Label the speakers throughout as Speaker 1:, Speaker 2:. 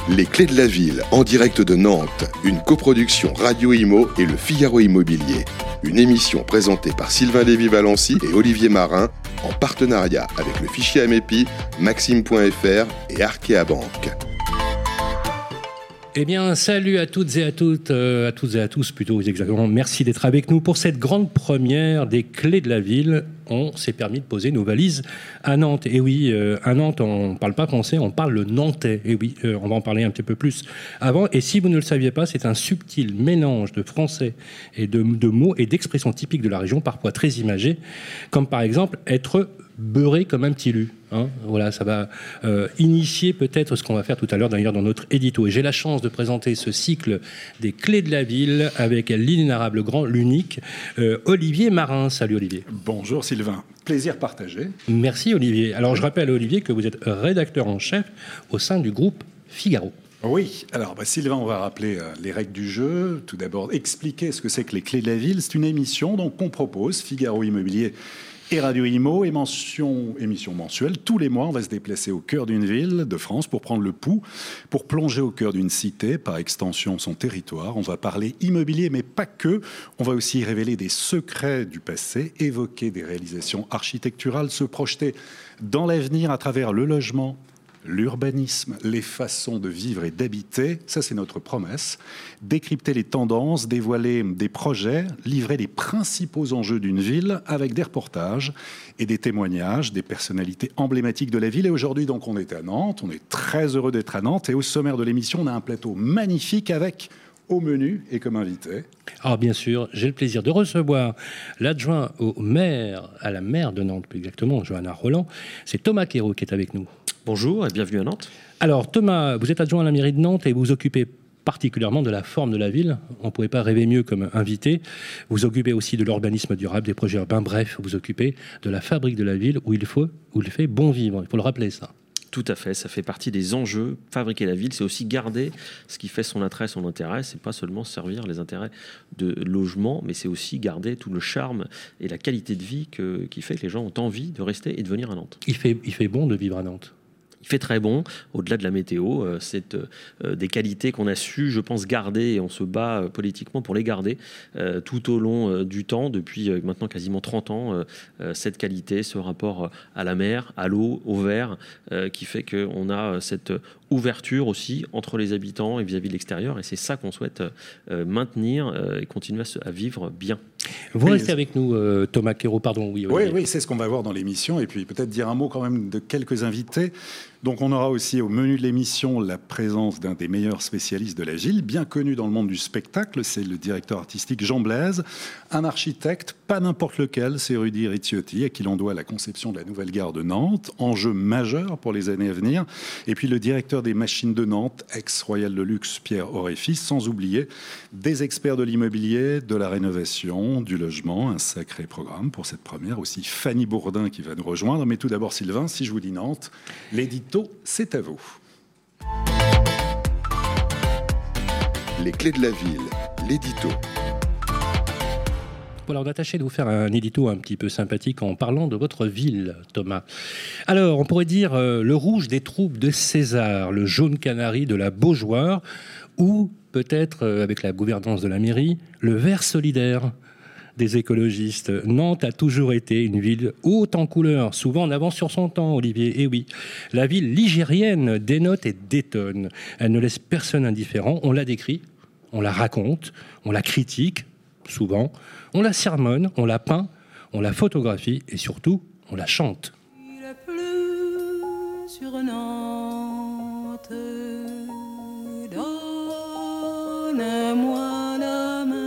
Speaker 1: Les Clés de la Ville, en direct de Nantes, une coproduction Radio Imo et le Figaro Immobilier. Une émission présentée par Sylvain Lévy-Valency et Olivier Marin, en partenariat avec le fichier Amepi, Maxime.fr et Arkea Banque.
Speaker 2: Eh bien, salut à toutes et à tous plutôt exactement. Merci d'être avec nous pour cette grande première des Clés de la Ville. On s'est permis de poser nos valises à Nantes. Et oui, à Nantes, on ne parle pas français, on parle le nantais. Et oui, on va en parler un petit peu plus avant. Et si vous ne le saviez pas, c'est un subtil mélange de français et de mots et d'expressions typiques de la région, parfois très imagées, comme par exemple être beurré comme un petit lu. Voilà, ça va initier peut-être ce qu'on va faire tout à l'heure d'ailleurs dans notre édito. Et j'ai la chance de présenter ce cycle des Clés de la Ville avec l'inénarrable grand, l'unique Olivier Marin. Salut Olivier.
Speaker 3: Bonjour Sylvain, plaisir partagé.
Speaker 2: Merci Olivier. Alors je rappelle Olivier que vous êtes rédacteur en chef au sein du groupe Figaro.
Speaker 3: Oui, alors Sylvain, on va rappeler les règles du jeu. Tout d'abord, expliquer ce que c'est que les Clés de la Ville. C'est une émission donc, qu'on propose, Figaro Immobilier et Radio Imo, émission mensuelle. Tous les mois, on va se déplacer au cœur d'une ville de France pour prendre le pouls, pour plonger au cœur d'une cité, par extension son territoire. On va parler immobilier, mais pas que. On va aussi révéler des secrets du passé, évoquer des réalisations architecturales, se projeter dans l'avenir à travers le logement, l'urbanisme, les façons de vivre et d'habiter, ça c'est notre promesse. Décrypter les tendances, dévoiler des projets, livrer les principaux enjeux d'une ville avec des reportages et des témoignages des personnalités emblématiques de la ville. Et aujourd'hui donc on est à Nantes, on est très heureux d'être à Nantes et au sommaire de l'émission on a un plateau magnifique avec au menu et comme invité.
Speaker 2: Alors bien sûr, j'ai le plaisir de recevoir l'adjoint à la maire de Nantes, plus exactement, Johanna Roland. C'est Thomas Quérault qui est avec nous.
Speaker 4: Bonjour et bienvenue à Nantes.
Speaker 2: Alors Thomas, vous êtes adjoint à la mairie de Nantes et vous occupez particulièrement de la forme de la ville. On ne pouvait pas rêver mieux comme invité. Vous occupez aussi de l'urbanisme durable, des projets urbains. Bref, vous occupez de la fabrique de la ville où il fait bon vivre. Il faut le rappeler ça.
Speaker 4: Tout à fait, ça fait partie des enjeux. Fabriquer la ville, c'est aussi garder ce qui fait son attrait, son intérêt. C'est pas seulement servir les intérêts de logement, mais c'est aussi garder tout le charme et la qualité de vie qui fait que les gens ont envie de rester et de venir à Nantes.
Speaker 2: Il fait bon de vivre à Nantes.
Speaker 4: Il fait très bon, au-delà de la météo. C'est des qualités qu'on a su, je pense, garder et on se bat politiquement pour les garder tout au long du temps, depuis maintenant quasiment 30 ans. Cette qualité, ce rapport à la mer, à l'eau, au vert, qui fait qu'on a cette ouverture aussi entre les habitants et vis-à-vis de l'extérieur. Et c'est ça qu'on souhaite maintenir et continuer à vivre bien.
Speaker 2: Vous restez avec nous, Thomas Quérault, pardon.
Speaker 3: Oui, c'est ce qu'on va voir dans l'émission. Et puis peut-être dire un mot quand même de quelques invités. Donc on aura aussi au menu de l'émission la présence d'un des meilleurs spécialistes de la ville, bien connu dans le monde du spectacle, c'est le directeur artistique Jean Blaise, un architecte, pas n'importe lequel, c'est Rudy Ricciotti, à qui l'on doit la conception de la nouvelle gare de Nantes, enjeu majeur pour les années à venir, et puis le directeur des machines de Nantes, ex-royal de luxe Pierre Auréfis, sans oublier des experts de l'immobilier, de la rénovation, du logement, un sacré programme pour cette première, aussi Fanny Bourdin qui va nous rejoindre, mais tout d'abord Sylvain, si je vous dis Nantes, l'édito, c'est à vous.
Speaker 1: Les Clés de la Ville, l'édito.
Speaker 2: Voilà, on a tâché de vous faire un édito un petit peu sympathique en parlant de votre ville, Thomas. Alors, on pourrait dire le rouge des troupes de César, le jaune canari de la Beaujoire, ou peut-être, avec la gouvernance de la mairie, le vert solidaire des écologistes. Nantes a toujours été une ville haute en couleurs, souvent en avance sur son temps, Olivier. Et oui, la ville ligérienne dénote et détonne. Elle ne laisse personne indifférent. On la décrit, on la raconte, on la critique, souvent. On la sermonne, on la peint, on la photographie et surtout, on la chante.
Speaker 5: Il a plu sur Nantes, donne-moi la main.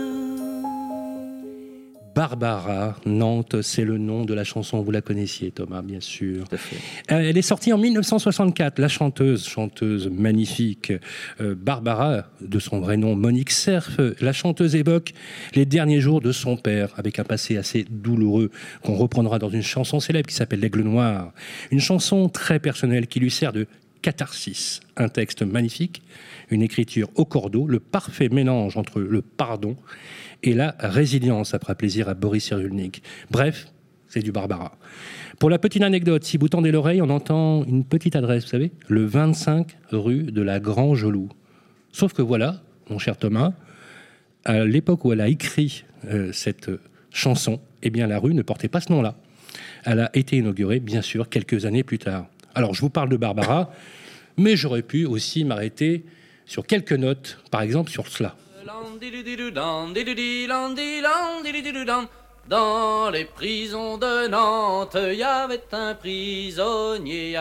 Speaker 2: Barbara, Nantes, c'est le nom de la chanson. Vous la connaissiez, Thomas, bien sûr. Tout à fait. Elle est sortie en 1964. La chanteuse magnifique, Barbara, de son vrai nom, Monique Cerf. La chanteuse évoque les derniers jours de son père, avec un passé assez douloureux, qu'on reprendra dans une chanson célèbre qui s'appelle L'Aigle Noir. Une chanson très personnelle qui lui sert de catharsis. Un texte magnifique, une écriture au cordeau, le parfait mélange entre le pardon et la résilience après plaisir à Boris Cyrulnik. Bref, c'est du Barbara. Pour la petite anecdote, si vous tendez l'oreille, on entend une petite adresse, vous savez, le 25 rue de la Grange-au-Loup. Sauf que voilà, mon cher Thomas, à l'époque où elle a écrit cette chanson, eh bien la rue ne portait pas ce nom-là. Elle a été inaugurée, bien sûr, quelques années plus tard. Alors, je vous parle de Barbara, mais j'aurais pu aussi m'arrêter sur quelques notes, par exemple sur cela.
Speaker 6: Dans les prisons de Nantes, il y avait un prisonnier,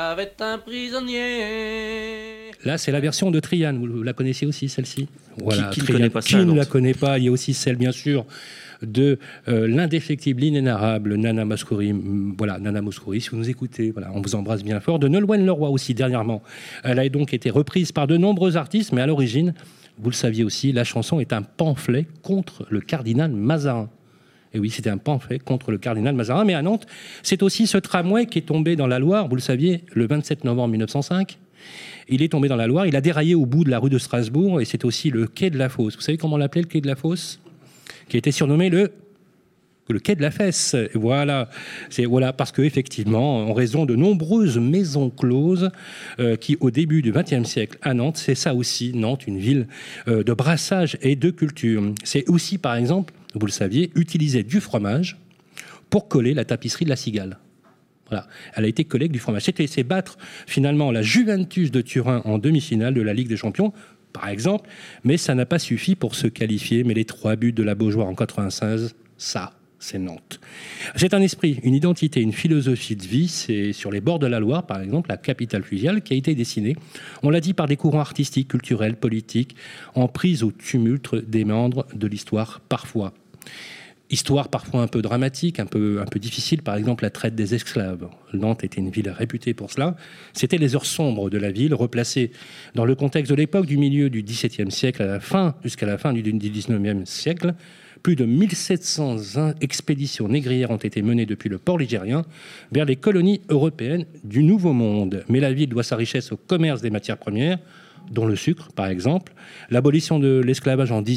Speaker 2: Là, c'est la version de Triane. Vous la connaissez aussi, celle-ci? Voilà,
Speaker 4: Qui ne connaît pas ça,
Speaker 2: Qui ne
Speaker 4: Nantes
Speaker 2: la connaît pas? Il y a aussi celle, bien sûr, de l'indéfectible, l'inénarrable Nana Mouskouri. Voilà, Nana Mouskouri, si vous nous écoutez, voilà, on vous embrasse bien fort. De Nolwenn Leroy aussi, dernièrement. Elle a donc été reprise par de nombreux artistes, mais à l'origine, vous le saviez aussi, la chanson est un pamphlet contre le cardinal Mazarin. Et oui, c'était un pamphlet contre le cardinal Mazarin. Mais à Nantes, c'est aussi ce tramway qui est tombé dans la Loire, vous le saviez, le 27 novembre 1905. Il est tombé dans la Loire, il a déraillé au bout de la rue de Strasbourg, et c'est aussi le quai de la Fosse. Vous savez comment on l'appelait, le quai de la Fosse? Qui a été surnommé le quai de la Fesse. Voilà, parce qu'effectivement, en raison de nombreuses maisons closes qui, au début du XXe siècle à Nantes, c'est ça aussi, Nantes, une ville de brassage et de culture. C'est aussi, par exemple, vous le saviez, utiliser du fromage pour coller la tapisserie de la Cigale. Voilà, elle a été collée avec du fromage. C'est battre finalement la Juventus de Turin en demi-finale de la Ligue des Champions, par exemple, mais ça n'a pas suffi pour se qualifier. Mais les 3 buts de la Beaujoire en 96, ça, c'est Nantes. C'est un esprit, une identité, une philosophie de vie. C'est sur les bords de la Loire, par exemple, la capitale fluviale, qui a été dessinée, on l'a dit, par des courants artistiques, culturels, politiques, en prise au tumulte des méandres de l'histoire parfois. Histoire parfois un peu dramatique, un peu difficile, par exemple la traite des esclaves. Nantes était une ville réputée pour cela. C'était les heures sombres de la ville, replacées dans le contexte de l'époque du milieu du XVIIe siècle jusqu'à la fin du XIXe siècle. Plus de 1700 expéditions négrières ont été menées depuis le port ligérien vers les colonies européennes du Nouveau Monde. Mais la ville doit sa richesse au commerce des matières premières, dont le sucre, par exemple. L'abolition de l'esclavage en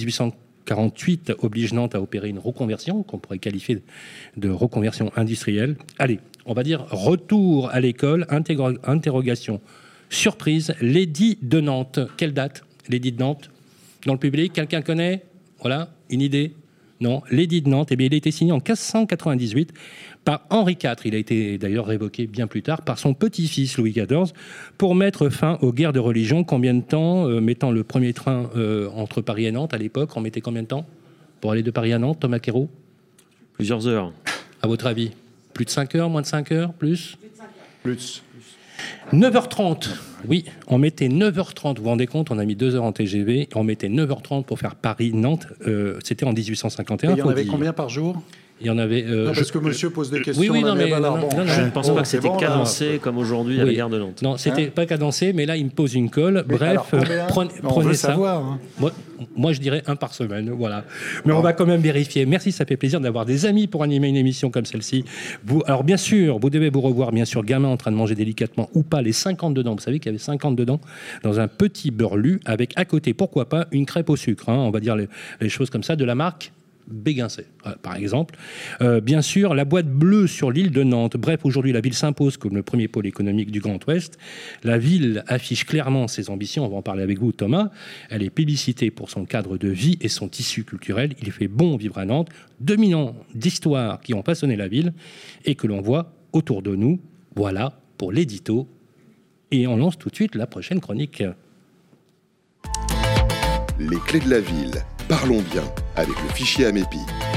Speaker 2: 1848 oblige Nantes à opérer une reconversion, qu'on pourrait qualifier de reconversion industrielle. Allez, on va dire retour à l'école, interrogation, surprise, l'édit de Nantes. Quelle date, l'édit de Nantes? Dans le public, quelqu'un connaît? Voilà, une idée? Non, l'édit de Nantes, eh bien, il a été signé en 1598 par Henri IV. Il a été d'ailleurs révoqué bien plus tard par son petit-fils Louis XIV pour mettre fin aux guerres de religion. Combien de temps, mettant le premier train entre Paris et Nantes à l'époque, on mettait combien de temps pour aller de Paris à Nantes, Thomas Quérault?
Speaker 4: Plusieurs heures.
Speaker 2: À votre avis? Plus de 5 heures, moins de 5 heures, plus?
Speaker 3: Plus.
Speaker 2: 9h30, oui, on mettait 9h30, vous vous rendez compte, on a mis 2 heures en TGV, on mettait 9h30 pour faire Paris-Nantes, c'était en 1851.
Speaker 3: Et il y en avait combien par jour?
Speaker 2: Il y en avait...
Speaker 3: non, parce que monsieur pose des questions.
Speaker 2: Oui, non, mais...
Speaker 4: Je ne pense pas que c'était cadencé comme aujourd'hui à la gare de Nantes.
Speaker 2: Non, c'était pas cadencé, mais là, il me pose une colle. Mais bref,
Speaker 3: alors,
Speaker 2: prenez ça.
Speaker 3: Savoir, hein.
Speaker 2: Moi, je dirais 1 par semaine, voilà. Mais on va quand même vérifier. Merci, ça fait plaisir d'avoir des amis pour animer une émission comme celle-ci. Alors, bien sûr, vous devez vous revoir, bien sûr, gamin en train de manger délicatement ou pas, les 50 dedans. Vous savez qu'il y avait 50 dedans dans un petit beurre-lu avec à côté, pourquoi pas, une crêpe au sucre. Hein, on va dire les choses comme ça, de la marque Béguincé, par exemple. Bien sûr, la boîte bleue sur l'île de Nantes. Bref, aujourd'hui, la ville s'impose comme le premier pôle économique du Grand Ouest. La ville affiche clairement ses ambitions. On va en parler avec vous, Thomas. Elle est plébiscitée pour son cadre de vie et son tissu culturel. Il fait bon vivre à Nantes. 2000 ans d'histoire qui ont façonné la ville et que l'on voit autour de nous. Voilà pour l'édito. Et on lance tout de suite la prochaine chronique.
Speaker 1: Les clés de la ville. Parlons bien avec le fichier Amépi.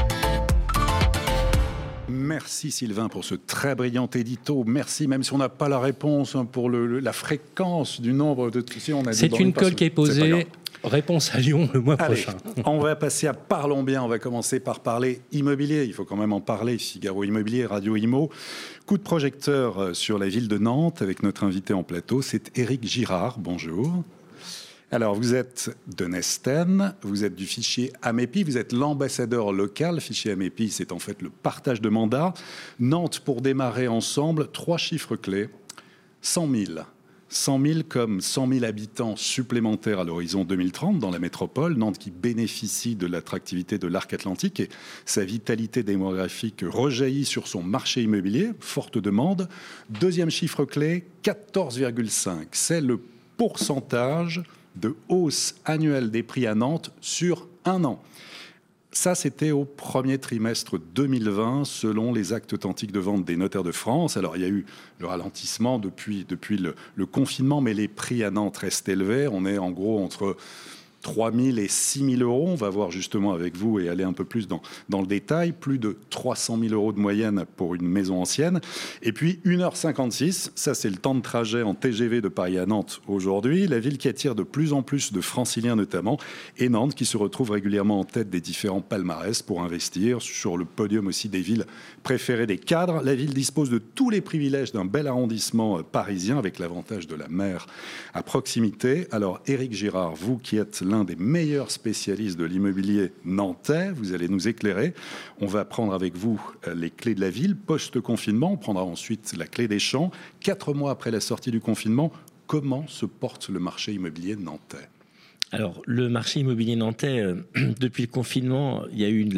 Speaker 3: Merci Sylvain pour ce très brillant édito. Merci, même si on n'a pas la réponse pour la fréquence du nombre de... Si on a
Speaker 2: c'est une colle qui est posée. Réponse à Lyon le mois prochain.
Speaker 3: On va passer à Parlons bien. On va commencer par parler immobilier. Il faut quand même en parler. Figaro Immobilier, Radio Imo. Coup de projecteur sur la ville de Nantes avec notre invité en plateau. C'est Éric Girard. Bonjour. Alors, vous êtes de Nesten, vous êtes du fichier Amépi, vous êtes l'ambassadeur local. Le fichier Amépi, c'est en fait le partage de mandats. Nantes, pour démarrer ensemble, 3 chiffres clés. 100 000, 100 000 comme 100 000 habitants supplémentaires à l'horizon 2030 dans la métropole. Nantes qui bénéficie de l'attractivité de l'arc atlantique et sa vitalité démographique rejaillit sur son marché immobilier. Forte demande. Deuxième chiffre clé, 14,5. C'est le pourcentage de hausse annuelle des prix à Nantes sur un an. Ça, c'était au premier trimestre 2020, selon les actes authentiques de vente des notaires de France. Alors, il y a eu le ralentissement depuis le confinement, mais les prix à Nantes restent élevés. On est en gros entre 3 000 et 6 000 euros. On va voir justement avec vous et aller un peu plus dans le détail. Plus de 300 000 euros de moyenne pour une maison ancienne. Et puis 1h56, ça c'est le temps de trajet en TGV de Paris à Nantes aujourd'hui. La ville qui attire de plus en plus de franciliens notamment. Et Nantes qui se retrouve régulièrement en tête des différents palmarès pour investir. Sur le podium aussi des villes préférées des cadres. La ville dispose de tous les privilèges d'un bel arrondissement parisien avec l'avantage de la mer à proximité. Alors Éric Girard, vous qui êtes l'un des meilleurs spécialistes de l'immobilier nantais. Vous allez nous éclairer. On va prendre avec vous les clés de la ville post-confinement. On prendra ensuite la clé des champs. 4 mois après la sortie du confinement, comment se porte le marché immobilier nantais ?
Speaker 4: Alors, le marché immobilier nantais, depuis le confinement, il y a eu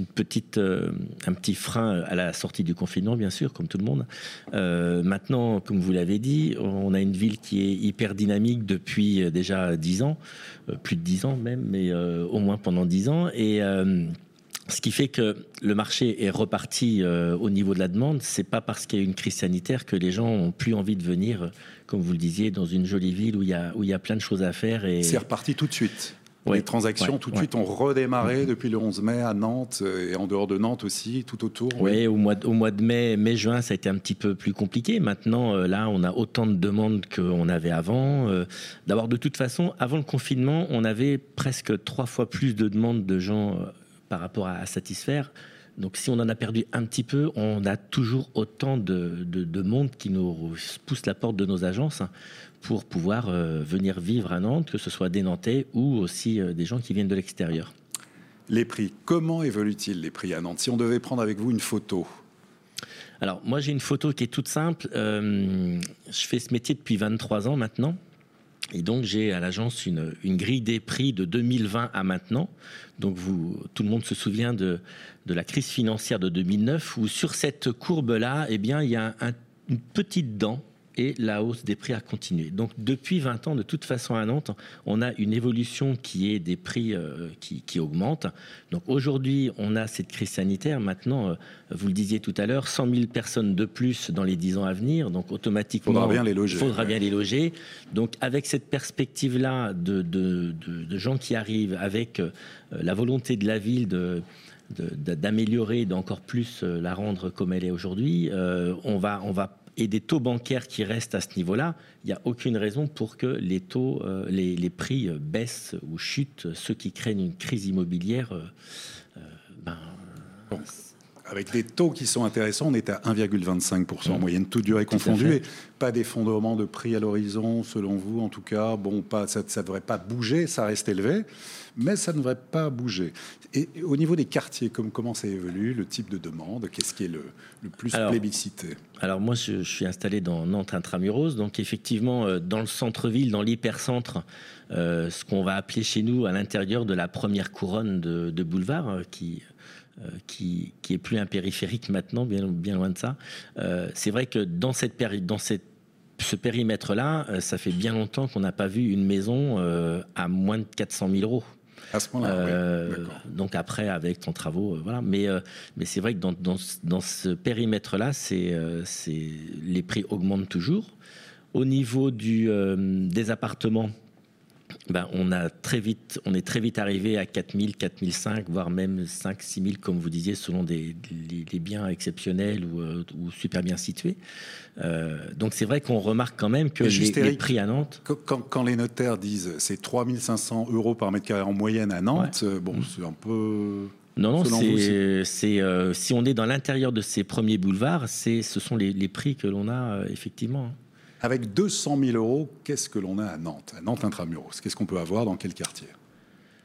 Speaker 4: un petit frein à la sortie du confinement, bien sûr, comme tout le monde. Maintenant, comme vous l'avez dit, on a une ville qui est hyper dynamique depuis déjà 10 ans, plus de 10 ans même, mais au moins pendant 10 ans. Et ce qui fait que le marché est reparti au niveau de la demande. C'est pas parce qu'il y a eu une crise sanitaire que les gens ont plus envie de venir, comme vous le disiez, dans une jolie ville où il y a plein de choses à faire. Et
Speaker 3: c'est reparti tout de suite.
Speaker 4: Ouais,
Speaker 3: les transactions tout de suite ont redémarré depuis le 11 mai à Nantes et en dehors de Nantes aussi, tout autour.
Speaker 4: Oui, au mois de mai-juin, ça a été un petit peu plus compliqué. Maintenant, là, on a autant de demandes qu'on avait avant. D'abord, de toute façon, avant le confinement, on avait presque 3 fois plus de demandes de gens par rapport à satisfaire. Donc si on en a perdu un petit peu, on a toujours autant de monde qui nous pousse la porte de nos agences pour pouvoir venir vivre à Nantes, que ce soit des Nantais ou aussi des gens qui viennent de l'extérieur.
Speaker 3: Les prix, comment évoluent-ils les prix à Nantes ? Si on devait prendre avec vous une photo.
Speaker 4: Alors moi j'ai une photo qui est toute simple. Je fais ce métier depuis 23 ans maintenant. Et donc, j'ai à l'agence une grille des prix de 2020 à maintenant. Donc, tout le monde se souvient de la crise financière de 2009 où sur cette courbe-là, eh bien, il y a une petite dent et la hausse des prix a continué. Donc, depuis 20 ans, de toute façon, à Nantes, on a une évolution qui est des prix qui augmentent. Donc, aujourd'hui, on a cette crise sanitaire. Maintenant, vous le disiez tout à l'heure, 100 000 personnes de plus dans les 10 ans à venir. Donc, automatiquement,
Speaker 3: il faudra
Speaker 4: bien les loger. Donc, avec cette perspective-là de gens qui arrivent, avec la volonté de la ville d'améliorer, d'encore plus la rendre comme elle est aujourd'hui, on va et des taux bancaires qui restent à ce niveau-là, il n'y a aucune raison pour que les taux, les prix baissent ou chutent, ceux qui craignent une crise immobilière.
Speaker 3: Avec des taux qui sont intéressants, on est à 1,25% en moyenne, toute durée confondue. Et pas d'effondrement de prix à l'horizon, selon vous, en tout cas. Bon, ça ne devrait pas bouger, ça reste élevé, mais ça ne devrait pas bouger. Et au niveau des quartiers, comment ça évolue, le type de demande, qu'est-ce qui est le plus plébiscité ?
Speaker 4: Alors moi, je suis installé dans Nantes Intramuros, donc effectivement, dans le centre-ville, dans l'hypercentre, ce qu'on va appeler chez nous à l'intérieur de la première couronne de boulevard, qui est plus un périphérique maintenant, bien loin de ça. C'est vrai que dans ce périmètre-là, ça fait bien longtemps qu'on n'a pas vu une maison à moins de 400 000 euros.
Speaker 3: À ce moment-là, oui.
Speaker 4: Donc après, avec ton travaux, voilà. Mais c'est vrai que dans ce périmètre-là, les prix augmentent toujours. Au niveau des appartements, on est très vite arrivé à 4 000, 4 500, voire même 5 6 000, comme vous disiez, selon les biens exceptionnels ou super bien situés. Donc c'est vrai qu'on remarque quand même que les prix à Nantes...
Speaker 3: Quand les notaires disent c'est 3 500 euros par mètre carré en moyenne à Nantes, c'est un peu...
Speaker 4: Non, si on est dans l'intérieur de ces premiers boulevards, ce sont les prix que l'on a effectivement.
Speaker 3: Avec 200 000 euros, qu'est-ce que l'on a à Nantes Intramuros, qu'est-ce qu'on peut avoir dans quel quartier ?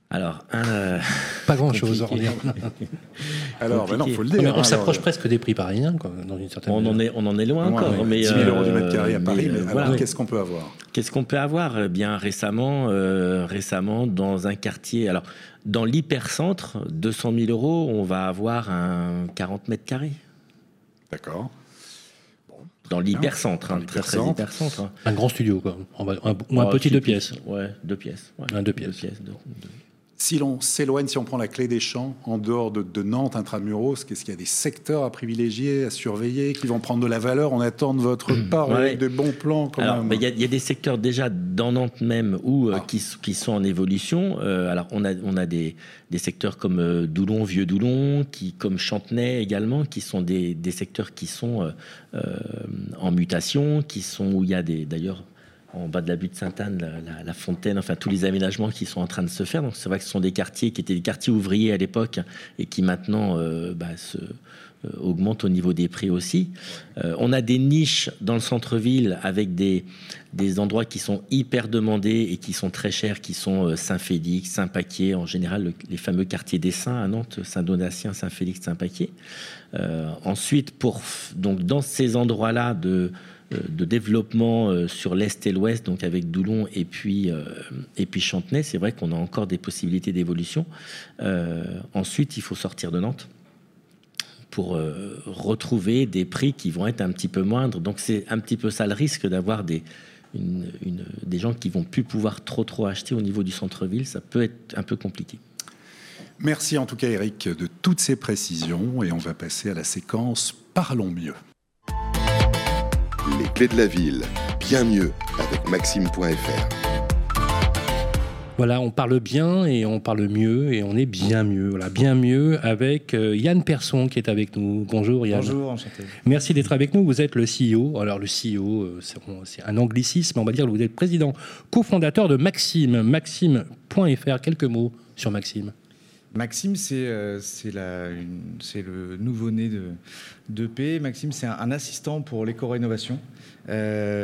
Speaker 4: Alors,
Speaker 2: Pas grand-chose.
Speaker 3: Alors, non, il faut le
Speaker 2: Non, mais
Speaker 3: dire.
Speaker 2: on s'approche presque des prix parisiens, quoi, dans une certaine
Speaker 4: on
Speaker 2: mesure.
Speaker 4: en est loin encore. Mais,
Speaker 3: 10 000 euros du mètre carré à Paris. Mais
Speaker 4: voilà.
Speaker 3: alors, qu'est-ce qu'on peut avoir?
Speaker 4: Qu'est-ce qu'on peut avoir? Eh bien, récemment, dans un quartier, alors dans l'hypercentre, 200 000 euros, on va avoir un 40 mètres carrés.
Speaker 3: D'accord.
Speaker 4: Dans l'hypercentre,
Speaker 3: Dans
Speaker 4: très très
Speaker 3: l'hypercentre.
Speaker 4: hypercentre. Hein.
Speaker 2: Un grand studio, quoi. Ou un petit 2 pièces.
Speaker 4: Ouais, 2 pièces. Ouais.
Speaker 2: Un 2 pièces.
Speaker 3: Si l'on s'éloigne, si on prend la clé des champs, en dehors de Nantes, intramuros, qu'est-ce qu'il y a des secteurs à privilégier, à surveiller, qui vont prendre de la valeur? On attend de votre part
Speaker 4: Ouais.
Speaker 3: avec des bons plans quand
Speaker 4: Alors,
Speaker 3: même.
Speaker 4: il y a des secteurs déjà dans Nantes même qui sont en évolution. Alors, on a des secteurs comme Doulon, Vieux-Doulon, comme Chantenay également, qui sont des secteurs qui sont en mutation, où il y a d'ailleurs, en bas de la butte Sainte-Anne, la fontaine, enfin tous les aménagements qui sont en train de se faire. Donc c'est vrai que ce sont des quartiers qui étaient des quartiers ouvriers à l'époque et qui maintenant augmentent au niveau des prix aussi. On a des niches dans le centre-ville avec des endroits qui sont hyper demandés et qui sont très chers, qui sont Saint-Félix, Saint-Paquier, en général les fameux quartiers des Saints à Nantes, Saint-Donatien, Saint-Félix, Saint-Paquier. Ensuite, donc dans ces endroits-là de développement sur l'Est et l'Ouest, donc avec Doulon et puis Chantenay, c'est vrai qu'on a encore des possibilités d'évolution. Ensuite, il faut sortir de Nantes pour retrouver des prix qui vont être un petit peu moindres. Donc c'est un petit peu ça le risque d'avoir des gens qui vont plus pouvoir trop acheter au niveau du centre-ville. Ça peut être un peu compliqué.
Speaker 3: Merci en tout cas Eric de toutes ces précisions et on va passer à la séquence Parlons mieux.
Speaker 1: Les clés de la ville, bien mieux avec Maxime.fr.
Speaker 2: Voilà, on parle bien et on parle mieux et on est bien mieux. Voilà, bien mieux avec Yann Persson qui est avec nous. Bonjour Yann.
Speaker 7: Bonjour, enchanté.
Speaker 2: Merci d'être avec nous. Vous êtes le CEO. Alors le CEO, c'est un anglicisme, on va dire que vous êtes président, cofondateur de Maxime. Maxime.fr, quelques mots sur Maxime.
Speaker 7: Maxime, c'est le nouveau-né d'EP. Maxime, c'est un assistant pour l'éco-rénovation, où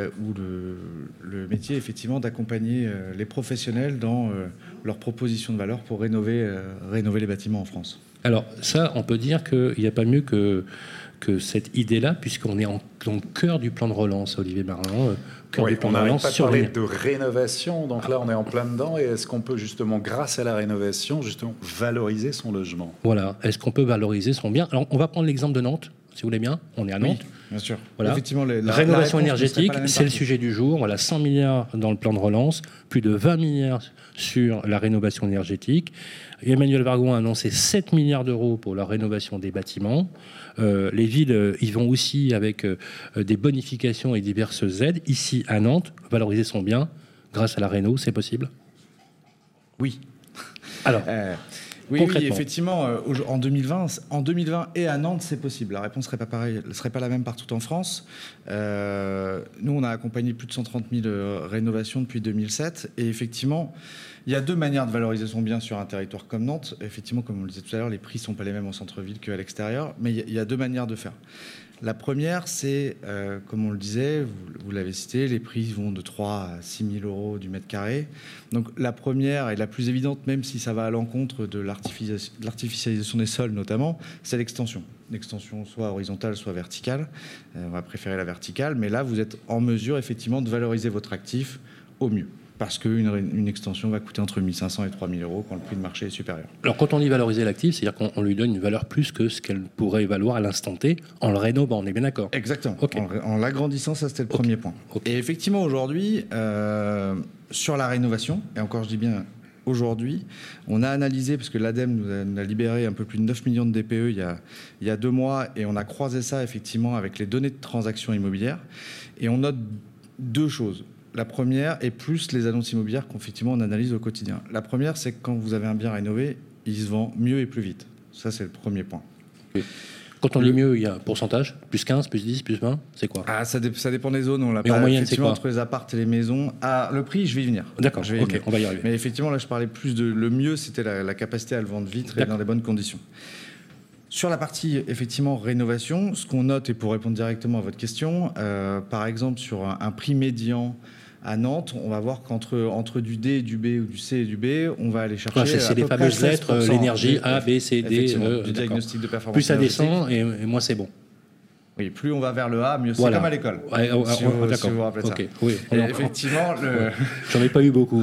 Speaker 7: le métier est effectivement d'accompagner les professionnels dans leur proposition de valeur pour rénover les bâtiments en France.
Speaker 2: Alors ça, on peut dire qu'il n'y a pas mieux que cette idée-là, puisqu'on est dans le cœur du plan de relance, Olivier Marin.
Speaker 3: Oui, on n'arrête pas de parler de rénovation, donc là on est en plein dedans. Et est-ce qu'on peut justement, grâce à la rénovation, justement valoriser son logement?
Speaker 2: Voilà, est-ce qu'on peut valoriser son bien? Alors on va prendre l'exemple de Nantes, si vous voulez bien. On est à Nantes.
Speaker 7: Oui, bien sûr.
Speaker 2: Voilà.
Speaker 7: Effectivement, la
Speaker 2: rénovation
Speaker 7: réponse
Speaker 2: énergétique,
Speaker 7: ne serait pas la même
Speaker 2: c'est le
Speaker 7: partout.
Speaker 2: sujet du jour. Voilà, 100 milliards dans le plan de relance, plus de 20 milliards sur la rénovation énergétique. Emmanuel Vargon a annoncé 7 milliards d'euros pour la rénovation des bâtiments. Les villes y vont aussi avec des bonifications et diverses aides. Ici, à Nantes, valoriser son bien grâce à la réno, c'est possible?
Speaker 7: Oui.
Speaker 2: Alors,
Speaker 7: oui,
Speaker 2: concrètement.
Speaker 7: effectivement, en 2020 et à Nantes, c'est possible. La réponse serait pas pareille, serait pas la même partout en France. Nous, on a accompagné plus de 130 000 rénovations depuis 2007, et effectivement, il y a deux manières de valoriser son bien sur un territoire comme Nantes. Effectivement, comme on le disait tout à l'heure, les prix sont pas les mêmes en centre-ville qu'à l'extérieur, mais il y a deux manières de faire. La première, c'est, comme on le disait, vous l'avez cité, les prix vont de 3 à 6 000 euros du mètre carré. Donc la première et la plus évidente, même si ça va à l'encontre de l'artificialisation des sols notamment, c'est l'extension. L'extension soit horizontale, soit verticale. On va préférer la verticale, mais là, vous êtes en mesure effectivement de valoriser votre actif au mieux. Parce qu'une extension va coûter entre 1 500 et 3 000 euros quand le prix de marché est supérieur.
Speaker 2: Alors, quand on dit valoriser l'actif, c'est-à-dire qu'on lui donne une valeur plus que ce qu'elle pourrait valoir à l'instant T en le rénovant, on est bien d'accord?
Speaker 7: Exactement.
Speaker 2: Okay.
Speaker 7: En l'agrandissant, ça c'était le premier point.
Speaker 2: Okay.
Speaker 7: Et effectivement, aujourd'hui, sur la rénovation, et encore je dis bien aujourd'hui, on a analysé, parce que l'ADEME nous a libéré un peu plus de 9 millions de DPE il y a 2 mois, et on a croisé ça effectivement avec les données de transactions immobilières, et on note deux choses. La première est plus les annonces immobilières qu'effectivement on analyse au quotidien. La première, c'est que quand vous avez un bien rénové, il se vend mieux et plus vite. Ça, c'est le premier point.
Speaker 2: Okay. Quand on dit mieux, il y a un pourcentage, plus 15, plus 10, plus 20, c'est quoi?
Speaker 7: Ça dépend des zones. On l'a
Speaker 2: mais
Speaker 7: pas
Speaker 2: en moyenne, c'est quoi?
Speaker 7: Entre les apparts et les maisons. Le prix, je vais y venir.
Speaker 2: D'accord, ok, on va y arriver.
Speaker 7: Mais effectivement, là, je parlais plus de le mieux, c'était la capacité à le vendre vite et dans des bonnes conditions. Sur la partie, effectivement, rénovation, ce qu'on note, et pour répondre directement à votre question, par exemple, sur un prix médian À Nantes, on va voir entre du D, du B ou du C et du B, on va aller chercher.
Speaker 2: C'est les fameuses lettres, l'énergie A, B, C, D.
Speaker 7: Du diagnostic de performance.
Speaker 2: Plus ça
Speaker 7: énergétique.
Speaker 2: descend et moins c'est bon.
Speaker 7: Oui, plus on va vers le A, mieux c'est,
Speaker 2: Voilà.
Speaker 7: comme à l'école.
Speaker 2: Ouais,
Speaker 7: si vous vous rappelez ça.
Speaker 2: Ok, oui.
Speaker 7: Et effectivement,
Speaker 2: J'en ai pas eu beaucoup.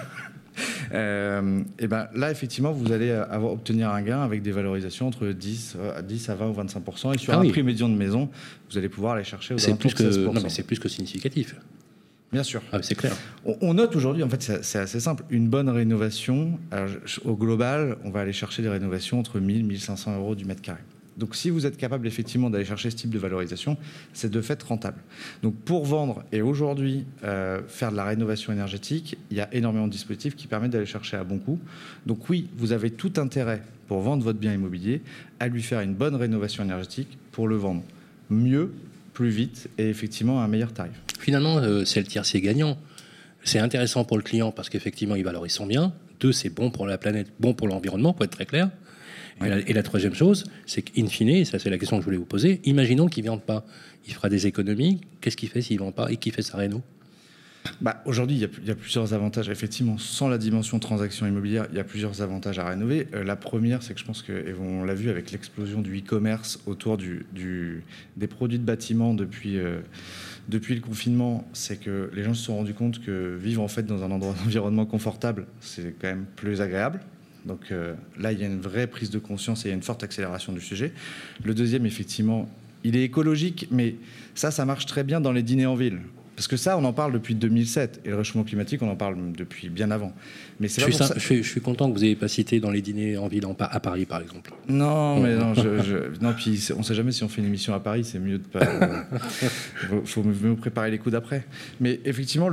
Speaker 7: et ben là, effectivement, vous allez obtenir un gain avec des valorisations entre 10 à 20 ou 25%. Et sur un prix médian de maison, vous allez pouvoir aller chercher aux alentours de 16%.
Speaker 2: Non, mais c'est plus que significatif.
Speaker 7: Bien sûr.
Speaker 2: Ah, c'est clair.
Speaker 7: On note aujourd'hui, en fait, c'est assez simple, une bonne rénovation. Alors, au global, on va aller chercher des rénovations entre 1000 et 1500 euros du mètre carré. Donc, si vous êtes capable effectivement d'aller chercher ce type de valorisation, c'est de fait rentable. Donc, pour vendre et aujourd'hui faire de la rénovation énergétique, il y a énormément de dispositifs qui permettent d'aller chercher à bon coût. Donc, oui, vous avez tout intérêt pour vendre votre bien immobilier à lui faire une bonne rénovation énergétique pour le vendre mieux, plus vite et effectivement à un meilleur tarif.
Speaker 2: Finalement, c'est le tiercé gagnant. C'est intéressant pour le client parce qu'effectivement, il valorise son bien. 2, c'est bon pour la planète, bon pour l'environnement, pour être très clair. Et la troisième chose, c'est qu'in fine, et ça c'est la question que je voulais vous poser, imaginons qu'il ne vende pas. Il fera des économies. Qu'est-ce qu'il fait s'il ne vend pas et qu'il fait sa réno ?
Speaker 7: Aujourd'hui, il y a plusieurs avantages. Effectivement, sans la dimension transaction immobilière, il y a plusieurs avantages à rénover. La première, c'est que je pense qu'on l'a vu avec l'explosion du e-commerce autour des produits de bâtiment depuis le confinement, c'est que les gens se sont rendus compte que vivre en fait dans un environnement confortable, c'est quand même plus agréable. Donc là, il y a une vraie prise de conscience et il y a une forte accélération du sujet. Le deuxième, effectivement, il est écologique, mais ça marche très bien dans les dîners en ville. Parce que ça, on en parle depuis 2007. Et le réchauffement climatique, on en parle depuis bien avant. Mais c'est
Speaker 2: je suis content que vous n'ayez pas cité dans les dîners en ville, à Paris, par exemple.
Speaker 7: Non, mais non, non, puis on ne sait jamais si on fait une émission à Paris, c'est mieux de pas... faut mieux préparer les coups d'après. Mais effectivement,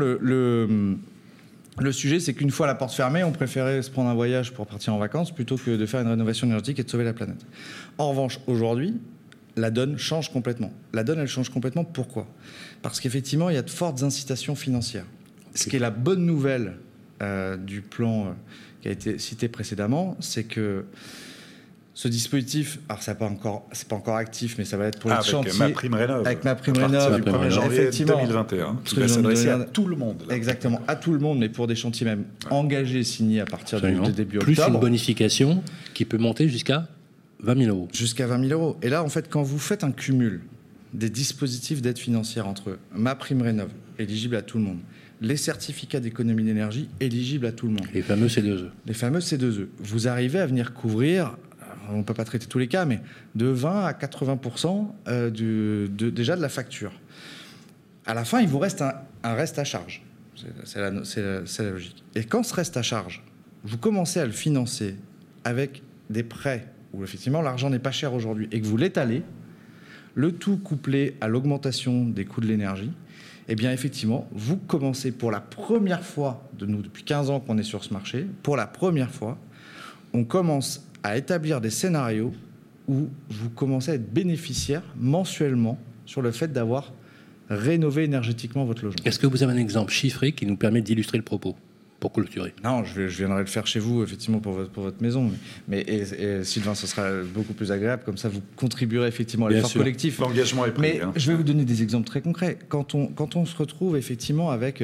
Speaker 7: le sujet, c'est qu'une fois la porte fermée, on préférait se prendre un voyage pour partir en vacances plutôt que de faire une rénovation énergétique et de sauver la planète. En revanche, aujourd'hui, la donne change complètement. La donne, elle change complètement. Pourquoi ? Parce qu'effectivement, il y a de fortes incitations financières. Ce qui est la bonne nouvelle du plan qui a été cité précédemment, c'est que ce dispositif, alors c'est pas encore actif, mais ça va être pour les chantiers. Avec ma prime rénov.
Speaker 3: Du 1er janvier 2021. Qui va s'adresser à tout le monde. Là.
Speaker 7: Exactement, à tout le monde, mais pour des chantiers même engagés, signés à partir du début
Speaker 2: octobre. Plus une bonification qui peut monter jusqu'à 20 000 euros.
Speaker 7: Jusqu'à 20 000 euros. Et là, en fait, quand vous faites un cumul des dispositifs d'aide financière entre ma prime rénov, éligible à tout le monde, les certificats d'économie d'énergie, éligibles à tout le monde.
Speaker 2: Les fameux C2E.
Speaker 7: Les fameux C2E. Vous arrivez à venir couvrir, on ne peut pas traiter tous les cas, mais de 20 à 80% déjà de la facture. À la fin, il vous reste un reste à charge. C'est la logique. Et quand ce reste à charge, vous commencez à le financer avec des prêts où effectivement l'argent n'est pas cher aujourd'hui et que vous l'étalez, le tout couplé à l'augmentation des coûts de l'énergie, eh bien effectivement, vous commencez pour la première fois, depuis 15 ans qu'on est sur ce marché, pour la première fois, on commence à établir des scénarios où vous commencez à être bénéficiaire mensuellement sur le fait d'avoir rénové énergétiquement votre logement.
Speaker 2: Est-ce que vous avez un exemple chiffré qui nous permet d'illustrer le propos ? Pour clôturer.
Speaker 7: Non, je viendrai le faire chez vous, effectivement, pour votre maison. Mais Sylvain, ce sera beaucoup plus agréable. Comme ça, vous contribuerez effectivement à l'effort collectif.
Speaker 3: L'engagement est pris.
Speaker 7: Mais je vais vous donner des exemples très concrets. Quand on se retrouve effectivement avec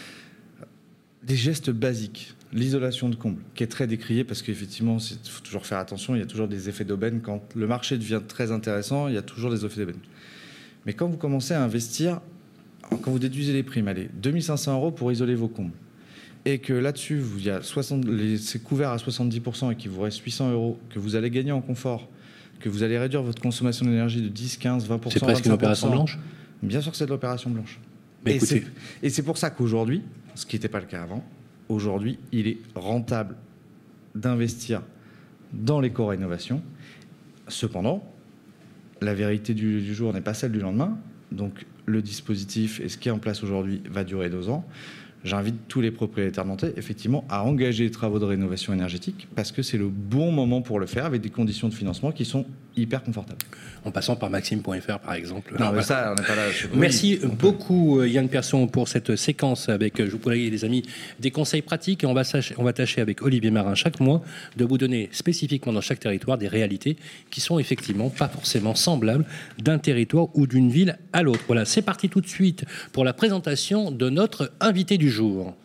Speaker 7: des gestes basiques, l'isolation de combles, qui est très décriée parce qu'effectivement, il faut toujours faire attention. Il y a toujours des effets d'aubaine. Quand le marché devient très intéressant, il y a toujours des effets d'aubaine. Mais quand vous commencez à investir, quand vous déduisez les primes, allez, 2 500 € pour isoler vos combles, et que là-dessus, c'est couvert à 70% et qu'il vous reste 800 €, que vous allez gagner en confort, que vous allez réduire votre consommation d'énergie de 10, 15, 20%.
Speaker 2: C'est presque 25%. Une opération blanche ?
Speaker 7: Bien sûr que c'est de l'opération blanche.
Speaker 2: Mais
Speaker 7: et c'est pour ça qu'aujourd'hui, ce qui n'était pas le cas avant, aujourd'hui, il est rentable d'investir dans l'éco-rénovation. Cependant, la vérité du jour n'est pas celle du lendemain. Donc, le dispositif et ce qui est en place aujourd'hui va durer 2 ans. J'invite tous les propriétaires nantais, effectivement, à engager les travaux de rénovation énergétique parce que c'est le bon moment pour le faire avec des conditions de financement qui sont hyper confortable.
Speaker 2: En passant par maxime.fr, par exemple.
Speaker 7: Non, mais ça, on n'est pas là.
Speaker 2: Merci beaucoup Yann Persson pour cette séquence avec, je vous promets les amis, des conseils pratiques. Et on va tâcher avec Olivier Marin chaque mois de vous donner spécifiquement dans chaque territoire des réalités qui sont effectivement pas forcément semblables d'un territoire ou d'une ville à l'autre. Voilà, c'est parti tout de suite pour la présentation de notre invité du jour.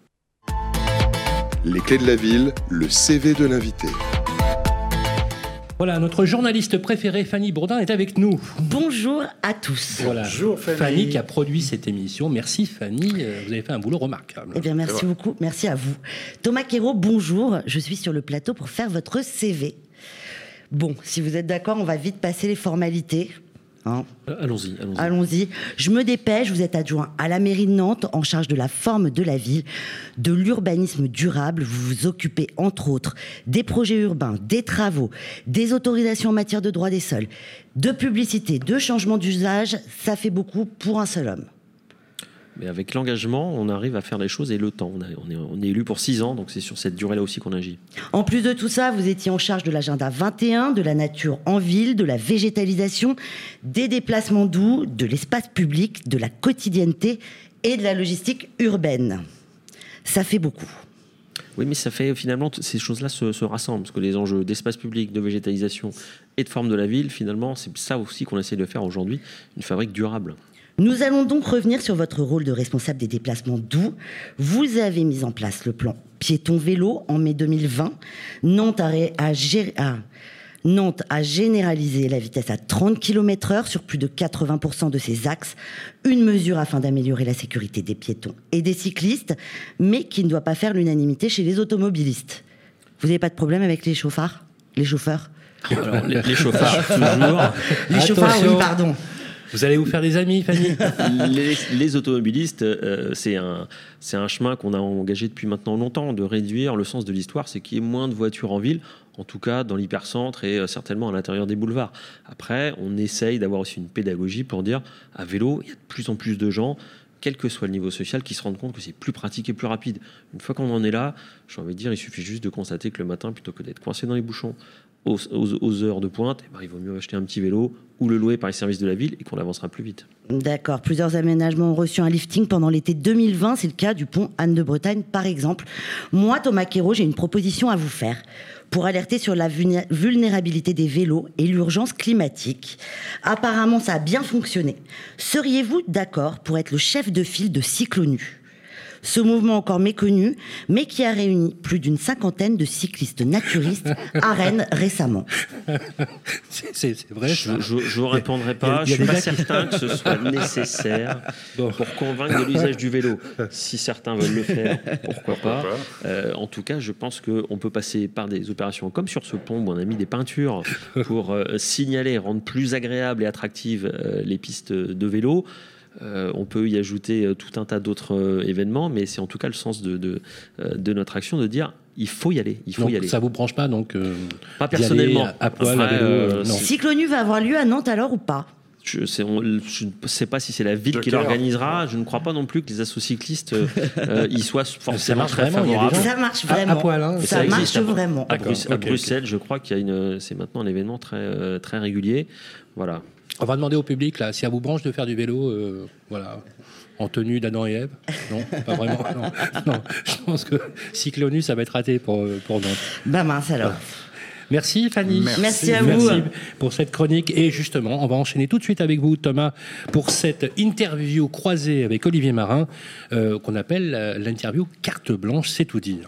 Speaker 1: Les clés de la ville, le CV de l'invité.
Speaker 2: Voilà, notre journaliste préférée, Fanny Bourdin, est avec nous.
Speaker 8: Bonjour à tous.
Speaker 2: Voilà.
Speaker 3: Bonjour Fanny.
Speaker 2: Fanny qui a produit cette émission. Merci Fanny, vous avez fait un boulot remarquable.
Speaker 8: Eh bien, merci beaucoup, merci à vous. Thomas Quérault, bonjour. Je suis sur le plateau pour faire votre CV. Bon, si vous êtes d'accord, on va vite passer les formalités. Hein. Allons-y. Je me dépêche, vous êtes adjoint à la mairie de Nantes en charge de la forme de la ville, de l'urbanisme durable. Vous vous occupez entre autres des projets urbains, des travaux, des autorisations en matière de droit des sols, de publicité, de changement d'usage. Ça fait beaucoup pour un seul homme.
Speaker 4: Mais avec l'engagement, on arrive à faire les choses et le temps. On est élu pour 6 ans, donc c'est sur cette durée-là aussi qu'on agit.
Speaker 8: En plus de tout ça, vous étiez en charge de l'agenda 21, de la nature en ville, de la végétalisation, des déplacements doux, de l'espace public, de la quotidienneté et de la logistique urbaine. Ça fait beaucoup.
Speaker 4: Oui, mais ça fait finalement, ces choses-là se rassemblent, parce que les enjeux d'espace public, de végétalisation et de forme de la ville, finalement, c'est ça aussi qu'on essaie de faire aujourd'hui, une fabrique durable.
Speaker 8: Nous allons donc revenir sur votre rôle de responsable des déplacements doux. Vous avez mis en place le plan piéton-vélo en mai 2020. Nantes a généralisé la vitesse à 30 km/h sur plus de 80% de ses axes. Une mesure afin d'améliorer la sécurité des piétons et des cyclistes, mais qui ne doit pas faire l'unanimité chez les automobilistes. Vous n'avez pas de problème avec les chauffeurs ? Les chauffeurs ?
Speaker 4: Alors, les chauffards, toujours.
Speaker 8: Les chauffards, oui, pardon.
Speaker 2: Vous allez vous faire des amis, Fanny.
Speaker 4: Les automobilistes, c'est un chemin qu'on a engagé depuis maintenant longtemps, de réduire le sens de l'histoire, c'est qu'il y ait moins de voitures en ville, en tout cas dans l'hypercentre et certainement à l'intérieur des boulevards. Après, on essaye d'avoir aussi une pédagogie pour dire, à vélo, il y a de plus en plus de gens, quel que soit le niveau social, qui se rendent compte que c'est plus pratique et plus rapide. Une fois qu'on en est là, j'ai envie de dire, il suffit juste de constater que le matin, plutôt que d'être coincé dans les bouchons, aux heures de pointe, il vaut mieux acheter un petit vélo ou le louer par les services de la ville et qu'on avancera plus vite.
Speaker 8: D'accord. Plusieurs aménagements ont reçu un lifting pendant l'été 2020. C'est le cas du pont Anne de Bretagne, par exemple. Moi, Thomas Quérault, j'ai une proposition à vous faire pour alerter sur la vulnérabilité des vélos et l'urgence climatique. Apparemment, ça a bien fonctionné. Seriez-vous d'accord pour être le chef de file de Cyclonu ? Ce mouvement encore méconnu, mais qui a réuni plus d'une 50aine de cyclistes naturistes à Rennes récemment.
Speaker 2: C'est vrai.
Speaker 4: Je ne répondrai pas. Je ne suis pas certain que ce soit nécessaire pour convaincre de l'usage du vélo. Si certains veulent le faire, pourquoi pas. En tout cas, je pense qu'on peut passer par des opérations comme sur ce pont où on a mis des peintures pour signaler, rendre plus agréables et attractives les pistes de vélo. On peut y ajouter tout un tas d'autres événements, mais c'est en tout cas le sens de notre action de dire il faut y aller.
Speaker 2: Ça vous branche pas donc
Speaker 4: pas personnellement
Speaker 2: à poil à vélo, non.
Speaker 8: Cyclonu va avoir lieu à Nantes alors ou pas ?
Speaker 4: Je ne sais pas si c'est la ville qui l'organisera. Je ne crois pas non plus que les assos cyclistes y soient forcément très favorables.
Speaker 8: Ça marche vraiment.
Speaker 2: À poil, hein.
Speaker 8: Ça marche vraiment.
Speaker 4: À Bruxelles, je crois qu'il y a c'est maintenant un événement très, très régulier. Voilà.
Speaker 2: On va demander au public, là, si ça vous branche de faire du vélo, voilà, en tenue d'Adam et Ève. Non, pas vraiment. Non, je pense que Cyclonu, ça va être raté pour Nantes.
Speaker 8: Bah mince alors.
Speaker 2: Merci Fanny.
Speaker 8: Merci à vous.
Speaker 2: Merci pour cette chronique. Et justement, on va enchaîner tout de suite avec vous, Thomas, pour cette interview croisée avec Olivier Marin, qu'on appelle l'interview carte blanche, c'est tout dire.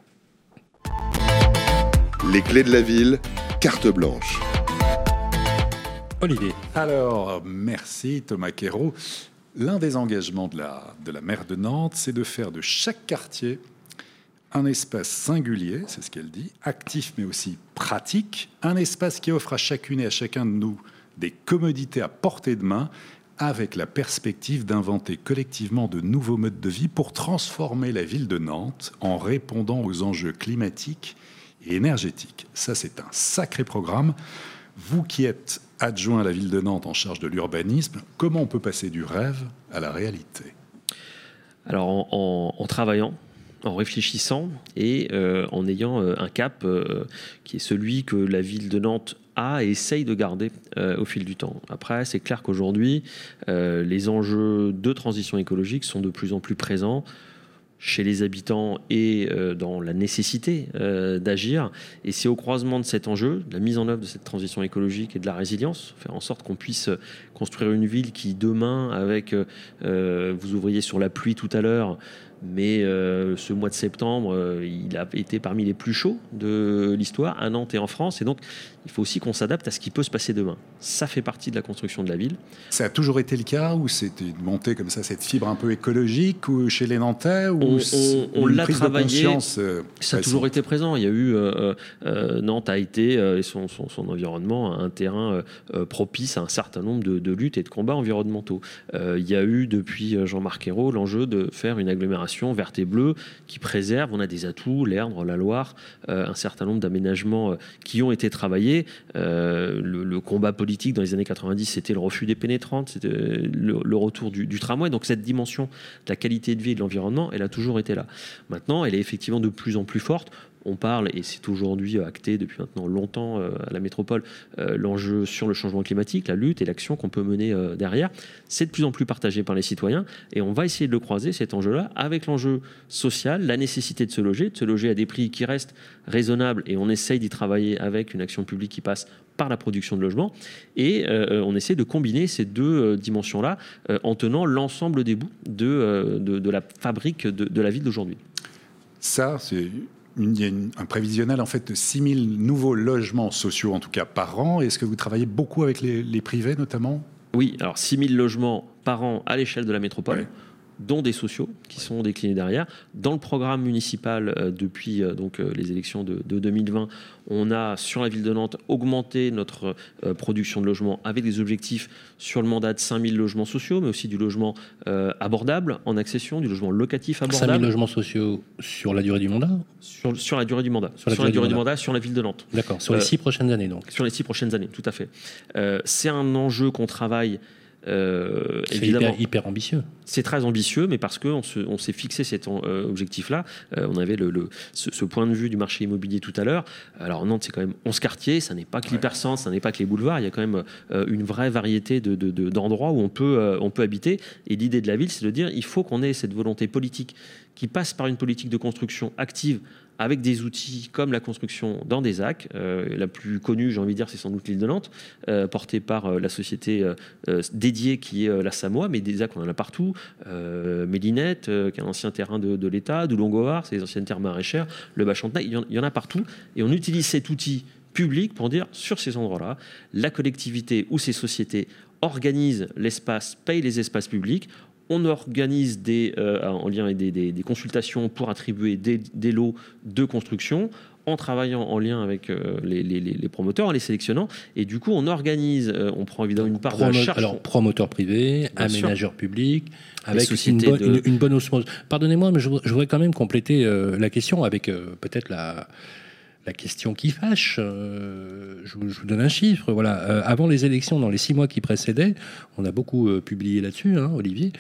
Speaker 1: Les clés de la ville, carte blanche.
Speaker 2: Olivier.
Speaker 3: Alors, merci Thomas Quérault. L'un des engagements de la maire de Nantes, c'est de faire de chaque quartier un espace singulier, c'est ce qu'elle dit, actif mais aussi pratique, un espace qui offre à chacune et à chacun de nous des commodités à portée de main, avec la perspective d'inventer collectivement de nouveaux modes de vie pour transformer la ville de Nantes en répondant aux enjeux climatiques et énergétiques. Ça, c'est un sacré programme. Vous qui êtes adjoint à la ville de Nantes en charge de l'urbanisme, comment on peut passer du rêve à la réalité ?
Speaker 4: Alors en travaillant, en réfléchissant et en ayant un cap qui est celui que la ville de Nantes a et essaye de garder au fil du temps. Après, c'est clair qu'aujourd'hui, les enjeux de transition écologique sont de plus en plus présents chez les habitants et dans la nécessité d'agir. Et c'est au croisement de cet enjeu, de la mise en œuvre de cette transition écologique et de la résilience, faire en sorte qu'on puisse construire une ville qui, demain, avec, vous ouvriez sur la pluie tout à l'heure, mais ce mois de septembre, il a été parmi les plus chauds de l'histoire, à Nantes et en France. Et donc, il faut aussi qu'on s'adapte à ce qui peut se passer demain. Ça fait partie de la construction de la ville.
Speaker 3: Ça a toujours été le cas, ou c'était une montée comme ça, cette fibre un peu écologique, ou chez les Nantais, ou
Speaker 4: on l'a travaillé. Ça a toujours
Speaker 3: été
Speaker 4: été présent. Il y a eu Nantes a été et son environnement un terrain propice à un certain nombre de luttes et de combats environnementaux. Il y a eu depuis Jean-Marc Ayrault l'enjeu de faire une agglomération verte et bleue qui préserve. On a des atouts, l'Erdre, la Loire, un certain nombre d'aménagements qui ont été travaillés. Le combat politique dans les années 90, c'était le refus des pénétrantes, c'était le retour du tramway. Donc cette dimension de la qualité de vie et de l'environnement, elle a toujours été là. Maintenant, elle est effectivement de plus en plus forte. On parle, et c'est aujourd'hui acté depuis maintenant longtemps à la métropole, l'enjeu sur le changement climatique, la lutte et l'action qu'on peut mener derrière. C'est de plus en plus partagé par les citoyens, et on va essayer de le croiser, cet enjeu-là, avec l'enjeu social, la nécessité de se loger à des prix qui restent raisonnables, et on essaye d'y travailler avec une action publique qui passe par la production de logements, et on essaie de combiner ces deux dimensions-là en tenant l'ensemble des bouts de la fabrique de la ville d'aujourd'hui.
Speaker 3: Ça, c'est... Il y a un prévisionnel en fait de 6 000 nouveaux logements sociaux, en tout cas par an. Est-ce que vous travaillez beaucoup avec les privés notamment ?
Speaker 4: Oui, alors 6 000 logements par an à l'échelle de la métropole. Ouais. Dont des sociaux qui sont déclinés derrière. Dans le programme municipal, depuis les élections de 2020, on a, sur la ville de Nantes, augmenté notre production de logements avec des objectifs sur le mandat de 5 000 logements sociaux, mais aussi du logement abordable en accession, du logement locatif abordable.
Speaker 2: 5 000 logements sociaux sur la durée du mandat ?
Speaker 4: Sur la durée du mandat. Sur la durée du mandat, sur la ville de Nantes.
Speaker 2: D'accord, sur les 6 prochaines années donc.
Speaker 4: Sur les 6 prochaines années, tout à fait. C'est un enjeu qu'on travaille.
Speaker 2: C'est
Speaker 4: évidemment
Speaker 2: hyper ambitieux.
Speaker 4: C'est très ambitieux, mais parce qu'on s'est fixé cet objectif-là. On avait ce point de vue du marché immobilier tout à l'heure. Alors Nantes, c'est quand même 11 quartiers, ça n'est pas que l'hypercentre, ça n'est pas que les boulevards, il y a quand même une vraie variété d'endroits où on peut habiter. Et l'idée de la ville, c'est de dire il faut qu'on ait cette volonté politique qui passe par une politique de construction active, avec des outils comme la construction dans des ZAC. La plus connue, j'ai envie de dire, c'est sans doute l'île de Nantes, portée par la société dédiée qui est la Samoa, mais des ZAC, on en a partout. Mélinette, qui est un ancien terrain de l'État, Doulongoar, c'est les anciennes terres maraîchères, le Bas-Chantenaille, il y en a partout. Et on utilise cet outil public pour dire, sur ces endroits-là, la collectivité ou ces sociétés organisent l'espace, payent les espaces publics. On organise en lien avec des consultations pour attribuer des lots de construction en travaillant en lien avec les promoteurs, en les sélectionnant. Et du coup, on organise, on prend évidemment une part de la charge.
Speaker 2: Alors, promoteurs privés, aménageurs publics, avec une bonne osmose. Pardonnez-moi, mais je voudrais quand même compléter la question avec peut-être la question qui fâche. Je vous donne un chiffre. Voilà. Avant les élections, dans les 6 mois qui précédaient, on a beaucoup publié là-dessus, Olivier.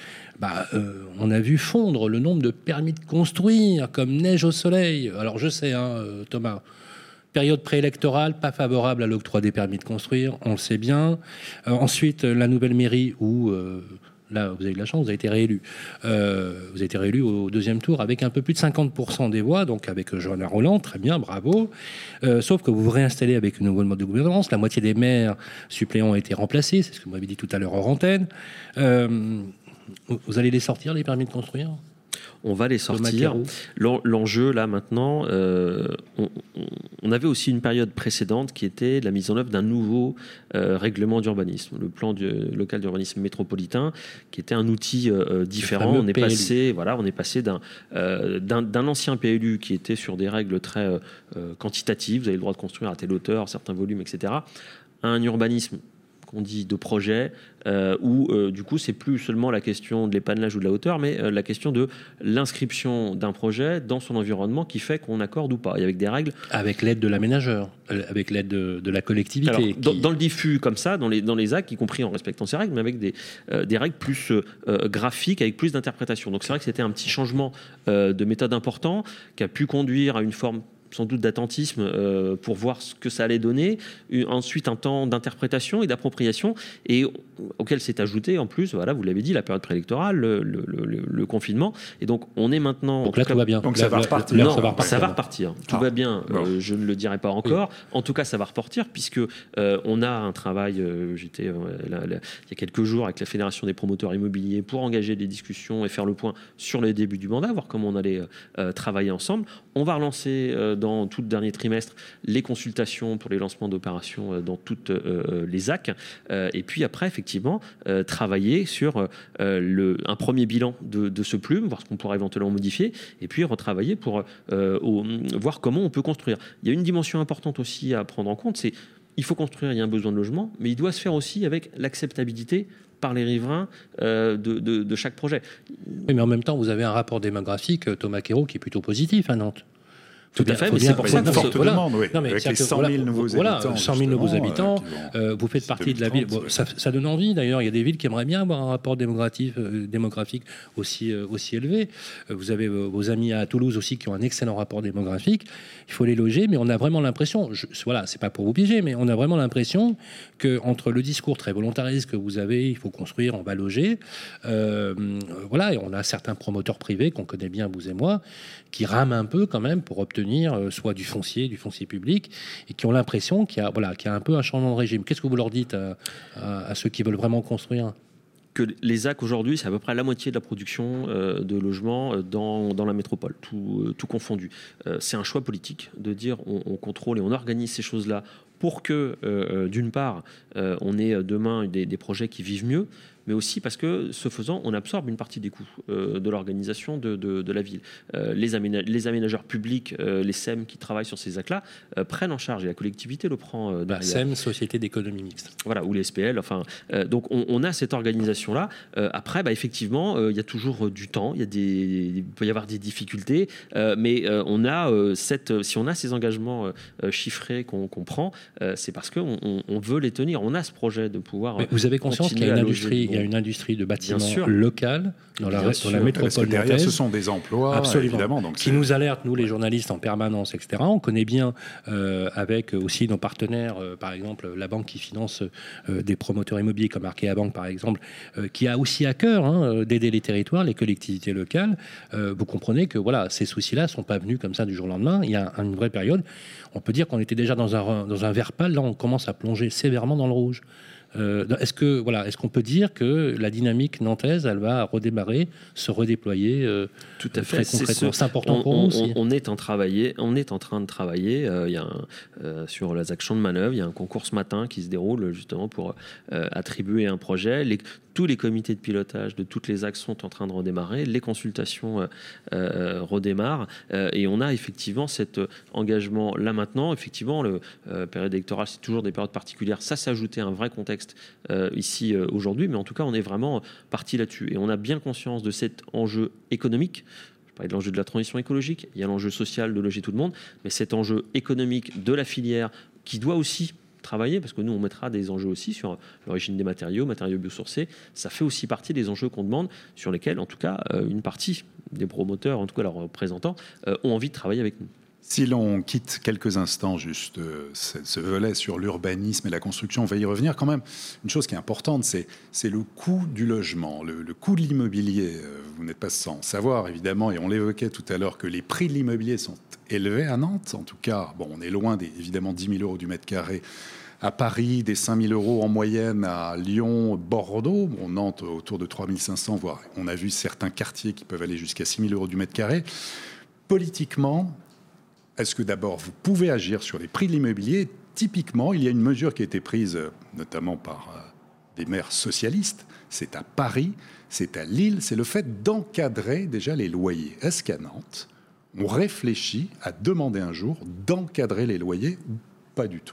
Speaker 2: On a vu fondre le nombre de permis de construire comme neige au soleil. Alors je sais, Thomas, période préélectorale, pas favorable à l'octroi des permis de construire, on le sait bien. Ensuite, la nouvelle mairie où... Là, vous avez de la chance, vous avez été réélu. Vous avez été réélu au 2e tour avec un peu plus de 50% des voix, donc avec Johanna Rolland, très bien, bravo. Sauf que vous vous réinstallez avec une nouvelle mode de gouvernance. La moitié des maires suppléants ont été remplacés, c'est ce que vous m'avez dit tout à l'heure hors antenne. Vous allez les sortir, les permis de construire ?
Speaker 4: On va les sortir. L'enjeu, là, maintenant, on avait aussi une période précédente qui était la mise en œuvre d'un nouveau règlement d'urbanisme, le plan local d'urbanisme métropolitain, qui était un outil différent. On est passé d'un ancien PLU qui était sur des règles très quantitatives, vous avez le droit de construire à telle hauteur, certains volumes, etc., à un urbanisme qu'on dit de projet, où du coup c'est plus seulement la question de l'épanelage ou de la hauteur, mais la question de l'inscription d'un projet dans son environnement qui fait qu'on accorde ou pas, et avec des règles.
Speaker 2: Avec l'aide de l'aménageur, avec l'aide de la collectivité.
Speaker 4: Alors, dans le diffus comme ça, dans les actes, y compris en respectant ces règles, mais avec des règles plus graphiques, avec plus d'interprétation. Donc c'est vrai que c'était un petit changement de méthode important qui a pu conduire à une forme sans doute d'attentisme pour voir ce que ça allait donner. Ensuite, un temps d'interprétation et d'appropriation, et auquel s'est ajouté en plus, voilà, vous l'avez dit, la période préélectorale, le confinement. Et donc, on est maintenant...
Speaker 2: Donc là, tout va bien.
Speaker 3: Donc ça va repartir.
Speaker 4: Non, ça va repartir. Tout va bien.
Speaker 3: Bon.
Speaker 4: Je ne le dirai pas encore. Oui. En tout cas, ça va repartir puisque on a un travail. J'étais il y a quelques jours avec la Fédération des promoteurs immobiliers pour engager des discussions et faire le point sur les débuts du mandat, voir comment on allait travailler ensemble. On va relancer dans tout le dernier trimestre les consultations pour les lancements d'opérations dans toutes les ZAC. Et puis après, effectivement, travailler sur un premier bilan de ce plume, voir ce qu'on pourra éventuellement modifier, et puis retravailler pour voir comment on peut construire. Il y a une dimension importante aussi à prendre en compte, c'est il faut construire, il y a un besoin de logement, mais il doit se faire aussi avec l'acceptabilité par les riverains de chaque projet.
Speaker 2: Oui, mais en même temps, vous avez un rapport démographique, Thomas Quérault, qui est plutôt positif à Nantes.
Speaker 4: Tout à fait, mais c'est pour ça
Speaker 3: que forte demande, oui.
Speaker 2: Non, mais
Speaker 3: avec les 100 000 nouveaux habitants.
Speaker 2: 100 000 nouveaux habitants, vous faites partie de la ville. Bon, ça donne envie, d'ailleurs. Il y a des villes qui aimeraient bien avoir un rapport démographique aussi élevé. Vous avez vos amis à Toulouse aussi qui ont un excellent rapport démographique. Il faut les loger, mais on a vraiment l'impression, voilà, c'est pas pour vous piéger, mais on a vraiment l'impression qu'entre le discours très volontariste que vous avez, il faut construire, on va loger, voilà, et on a certains promoteurs privés qu'on connaît bien, vous et moi, qui rament un peu quand même pour obtenir soit du foncier public, et qui ont l'impression qu'il y a un peu un changement de régime. Qu'est-ce que vous leur dites à ceux qui veulent vraiment construire ?
Speaker 4: Que les ZAC aujourd'hui, c'est à peu près la moitié de la production de logements dans la métropole, tout confondu. C'est un choix politique de dire on contrôle et on organise ces choses-là pour que, d'une part, on ait demain des projets qui vivent mieux, mais aussi parce que, ce faisant, on absorbe une partie des coûts de l'organisation de la ville. Les aménageurs publics, les SEM qui travaillent sur ces actes-là, prennent en charge, et la collectivité le prend derrière.
Speaker 2: SEM, Société d'économie mixte.
Speaker 4: Voilà, ou les SPL, enfin... donc, on a cette organisation-là. Après, effectivement, il y a toujours du temps, il peut y avoir des difficultés, mais on a si on a ces engagements chiffrés qu'on prend, c'est parce qu'on veut les tenir. On a ce projet de pouvoir...
Speaker 2: Mais vous avez conscience qu'il y a une industrie de bâtiments locale dans la métropole
Speaker 3: derrière, ce sont des emplois,
Speaker 2: absolument,
Speaker 3: évidemment. Donc
Speaker 2: qui nous alertent, nous les journalistes, en permanence, etc. On connaît bien, avec aussi nos partenaires, par exemple la banque qui finance des promoteurs immobiliers comme Arkea Bank, par exemple, qui a aussi à cœur d'aider les territoires, les collectivités locales. Vous comprenez que voilà, ces soucis-là ne sont pas venus comme ça du jour au lendemain. Il y a une vraie période. On peut dire qu'on était déjà dans un vert pâle. Là, on commence à plonger sévèrement dans le rouge. Est-ce qu'on peut dire que la dynamique nantaise, elle va redémarrer, se redéployer
Speaker 4: tout à fait.
Speaker 2: Très concrètement. C'est important pour nous aussi.
Speaker 4: On est en train de travailler. Il y a sur les actions de manœuvre, il y a un concours ce matin qui se déroule justement pour attribuer un projet. Tous les comités de pilotage de toutes les actions sont en train de redémarrer. Les consultations redémarrent et on a effectivement cet engagement là maintenant. Effectivement, la période électorale, c'est toujours des périodes particulières. Ça s'ajoutait à un vrai contexte ici aujourd'hui, mais en tout cas, on est vraiment parti là-dessus. Et on a bien conscience de cet enjeu économique. Je parlais de l'enjeu de la transition écologique, il y a l'enjeu social de loger tout le monde, mais cet enjeu économique de la filière qui doit aussi travailler, parce que nous, on mettra des enjeux aussi sur l'origine des matériaux biosourcés. Ça fait aussi partie des enjeux qu'on demande, sur lesquels, en tout cas, une partie des promoteurs, en tout cas leurs représentants, ont envie de travailler avec nous.
Speaker 3: Si l'on quitte quelques instants juste ce volet sur l'urbanisme et la construction, on va y revenir quand même. Une chose qui est importante, c'est le coût du logement, le coût de l'immobilier. Vous n'êtes pas sans savoir, évidemment, et on l'évoquait tout à l'heure, que les prix de l'immobilier sont élevés à Nantes. En tout cas, bon, on est loin évidemment 10 000 € du mètre carré à Paris, des 5 000 € en moyenne à Lyon, Bordeaux. Bon, Nantes, autour de 3 500, voire on a vu certains quartiers qui peuvent aller jusqu'à 6 000 € du mètre carré. Politiquement, est-ce que d'abord, vous pouvez agir sur les prix de l'immobilier ? Typiquement, il y a une mesure qui a été prise notamment par des maires socialistes. C'est à Paris, c'est à Lille. C'est le fait d'encadrer déjà les loyers. Est-ce qu'à Nantes, on réfléchit à demander un jour d'encadrer les loyers ou pas du tout ?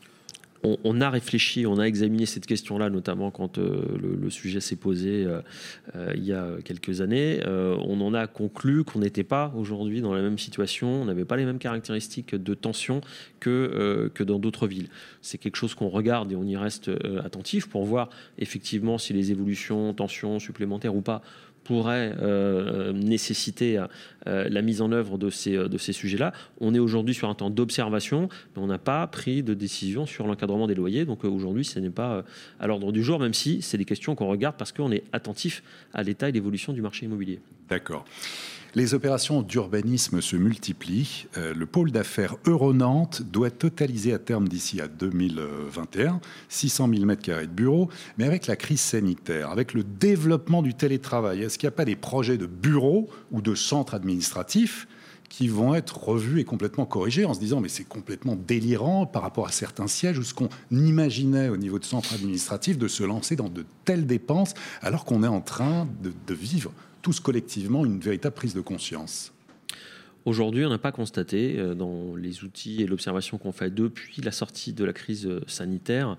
Speaker 4: On a réfléchi, on a examiné cette question-là, notamment quand le sujet s'est posé il y a quelques années. On en a conclu qu'on n'était pas aujourd'hui dans la même situation, on n'avait pas les mêmes caractéristiques de tension que dans d'autres villes. C'est quelque chose qu'on regarde et on y reste attentif pour voir effectivement si les évolutions, tensions supplémentaires ou pas, pourrait nécessiter la mise en œuvre de ces sujets-là. On est aujourd'hui sur un temps d'observation, mais on n'a pas pris de décision sur l'encadrement des loyers. Donc aujourd'hui, ce n'est pas à l'ordre du jour, même si c'est des questions qu'on regarde parce qu'on est attentif à l'état et l'évolution du marché immobilier.
Speaker 3: D'accord. Les opérations d'urbanisme se multiplient. Le pôle d'affaires Euro-Nantes doit totaliser à terme d'ici à 2021 600 000 m² de bureaux. Mais avec la crise sanitaire, avec le développement du télétravail, est-ce qu'il n'y a pas des projets de bureaux ou de centres administratifs qui vont être revus et complètement corrigés en se disant mais c'est complètement délirant par rapport à certains sièges ou ce qu'on imaginait au niveau de centres administratifs de se lancer dans de telles dépenses alors qu'on est en train de vivre tous collectivement une véritable prise de conscience?
Speaker 4: Aujourd'hui, on n'a pas constaté dans les outils et l'observation qu'on fait depuis la sortie de la crise sanitaire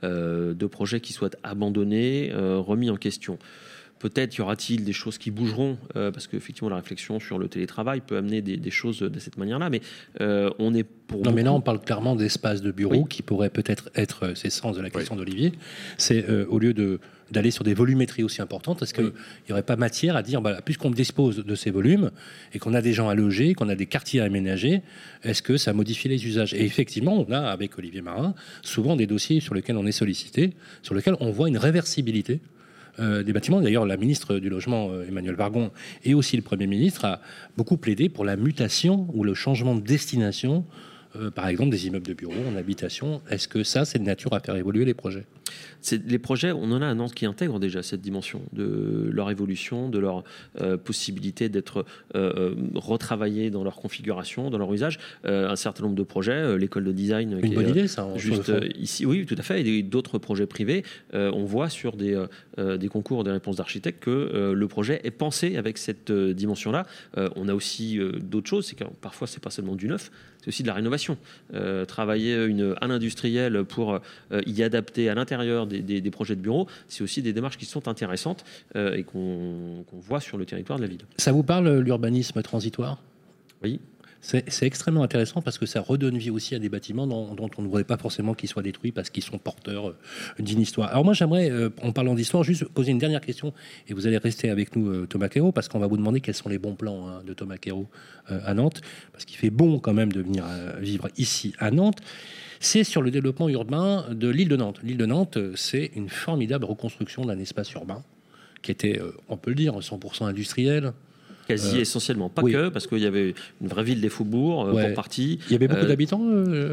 Speaker 4: de projets qui soient abandonnés, remis en question. Peut-être y aura-t-il des choses qui bougeront, parce qu'effectivement, la réflexion sur le télétravail peut amener des choses de cette manière-là, mais on est pour...
Speaker 2: Non, mais là, on parle clairement d'espaces de bureaux qui pourraient peut-être être, c'est le sens de la question d'Olivier, c'est au lieu d'aller sur des volumétries aussi importantes, est-ce qu'il n'y aurait pas matière à dire, puisqu'on dispose de ces volumes et qu'on a des gens à loger, qu'on a des quartiers à aménager, est-ce que ça modifie les usages? Et effectivement, on a, avec Olivier Marin, souvent des dossiers sur lesquels on est sollicité, sur lesquels on voit une réversibilité des bâtiments. D'ailleurs, la ministre du Logement, Emmanuelle Wargon, et aussi le Premier ministre, a beaucoup plaidé pour la mutation ou le changement de destination, par exemple, des immeubles de bureaux en habitation. Est-ce que ça, c'est de nature à faire évoluer les projets?
Speaker 4: Les projets, on en a à Nantes qui intègrent déjà cette dimension de leur évolution, de leur possibilité d'être retravaillés dans leur configuration, dans leur usage. Un certain nombre de projets, l'école de design...
Speaker 2: Une bonne idée, ça.
Speaker 4: Juste ici, oui, tout à fait. Et d'autres projets privés, on voit sur des concours, des réponses d'architectes que le projet est pensé avec cette dimension-là. On a aussi d'autres choses, c'est que parfois, c'est pas seulement du neuf, c'est aussi de la rénovation. Travailler un industriel pour y adapter à l'intérieur des projets de bureaux, c'est aussi des démarches qui sont intéressantes et qu'on voit sur le territoire de la ville.
Speaker 2: Ça vous parle, l'urbanisme transitoire?
Speaker 4: Oui.
Speaker 2: C'est extrêmement intéressant parce que ça redonne vie aussi à des bâtiments dont on ne voudrait pas forcément qu'ils soient détruits parce qu'ils sont porteurs d'une histoire. Alors moi, j'aimerais, en parlant d'histoire, juste poser une dernière question, et vous allez rester avec nous, Thomas Quérault, parce qu'on va vous demander quels sont les bons plans de Thomas Quérault à Nantes, parce qu'il fait bon quand même de venir vivre ici à Nantes. C'est sur le développement urbain de l'île de Nantes. L'île de Nantes, c'est une formidable reconstruction d'un espace urbain qui était, on peut le dire, 100% industriel.
Speaker 4: Quasi essentiellement, pas que, parce qu'il y avait une vraie ville des faubourgs, pour partie.
Speaker 2: Il y avait beaucoup d'habitants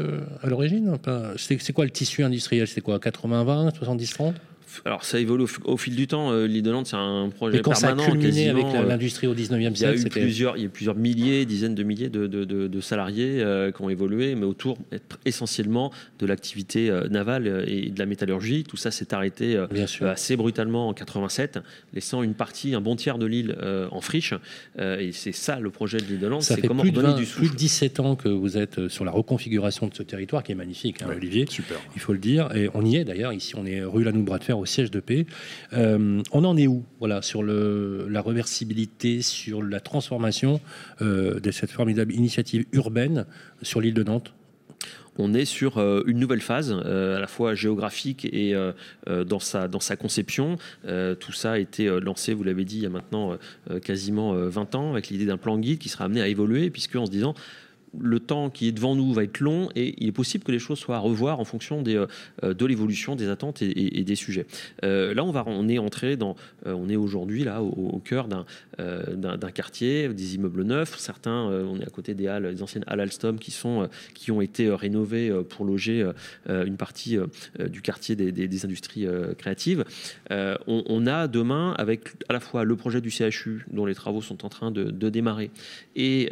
Speaker 2: à l'origine. C'est quoi le tissu industriel? C'était quoi, 80-20, 70-30?
Speaker 4: Alors ça évolue au fil du temps. L'île de Nantes, c'est un projet
Speaker 2: mais quand
Speaker 4: permanent.
Speaker 2: Ça a culminé avec l'industrie au 19e siècle.
Speaker 4: Il y a eu plusieurs milliers, dizaines de milliers de salariés qui ont évolué, mais autour essentiellement de l'activité navale et de la métallurgie. Tout ça s'est arrêté assez brutalement en 87, laissant une partie, un bon tiers de l'île en friche. Et c'est ça le projet de l'île de Nantes.
Speaker 2: Ça fait
Speaker 4: comment
Speaker 2: plus
Speaker 4: redonner du souffle.
Speaker 2: Plus de 17 ans que vous êtes sur la reconfiguration de ce territoire qui est magnifique, Olivier.
Speaker 3: Super.
Speaker 2: Il faut le dire. Et on y est d'ailleurs. Ici, on est rue Lanoux Bras de Fer au siège de paix. On en est où, voilà, sur la réversibilité, sur la transformation de cette formidable initiative urbaine sur l'île de Nantes?
Speaker 4: On est sur une nouvelle phase, à la fois géographique et dans sa conception. Tout ça a été lancé, vous l'avez dit, il y a maintenant quasiment 20 ans, avec l'idée d'un plan guide qui sera amené à évoluer, puisque en se disant le temps qui est devant nous va être long et il est possible que les choses soient à revoir en fonction de l'évolution des attentes et des sujets. Là, on est aujourd'hui là au cœur d'un quartier, des immeubles neufs. Certains, on est à côté des halles, des anciennes halles Alstom qui ont été rénovées pour loger une partie du quartier des industries créatives. On a demain, avec à la fois le projet du CHU dont les travaux sont en train de démarrer et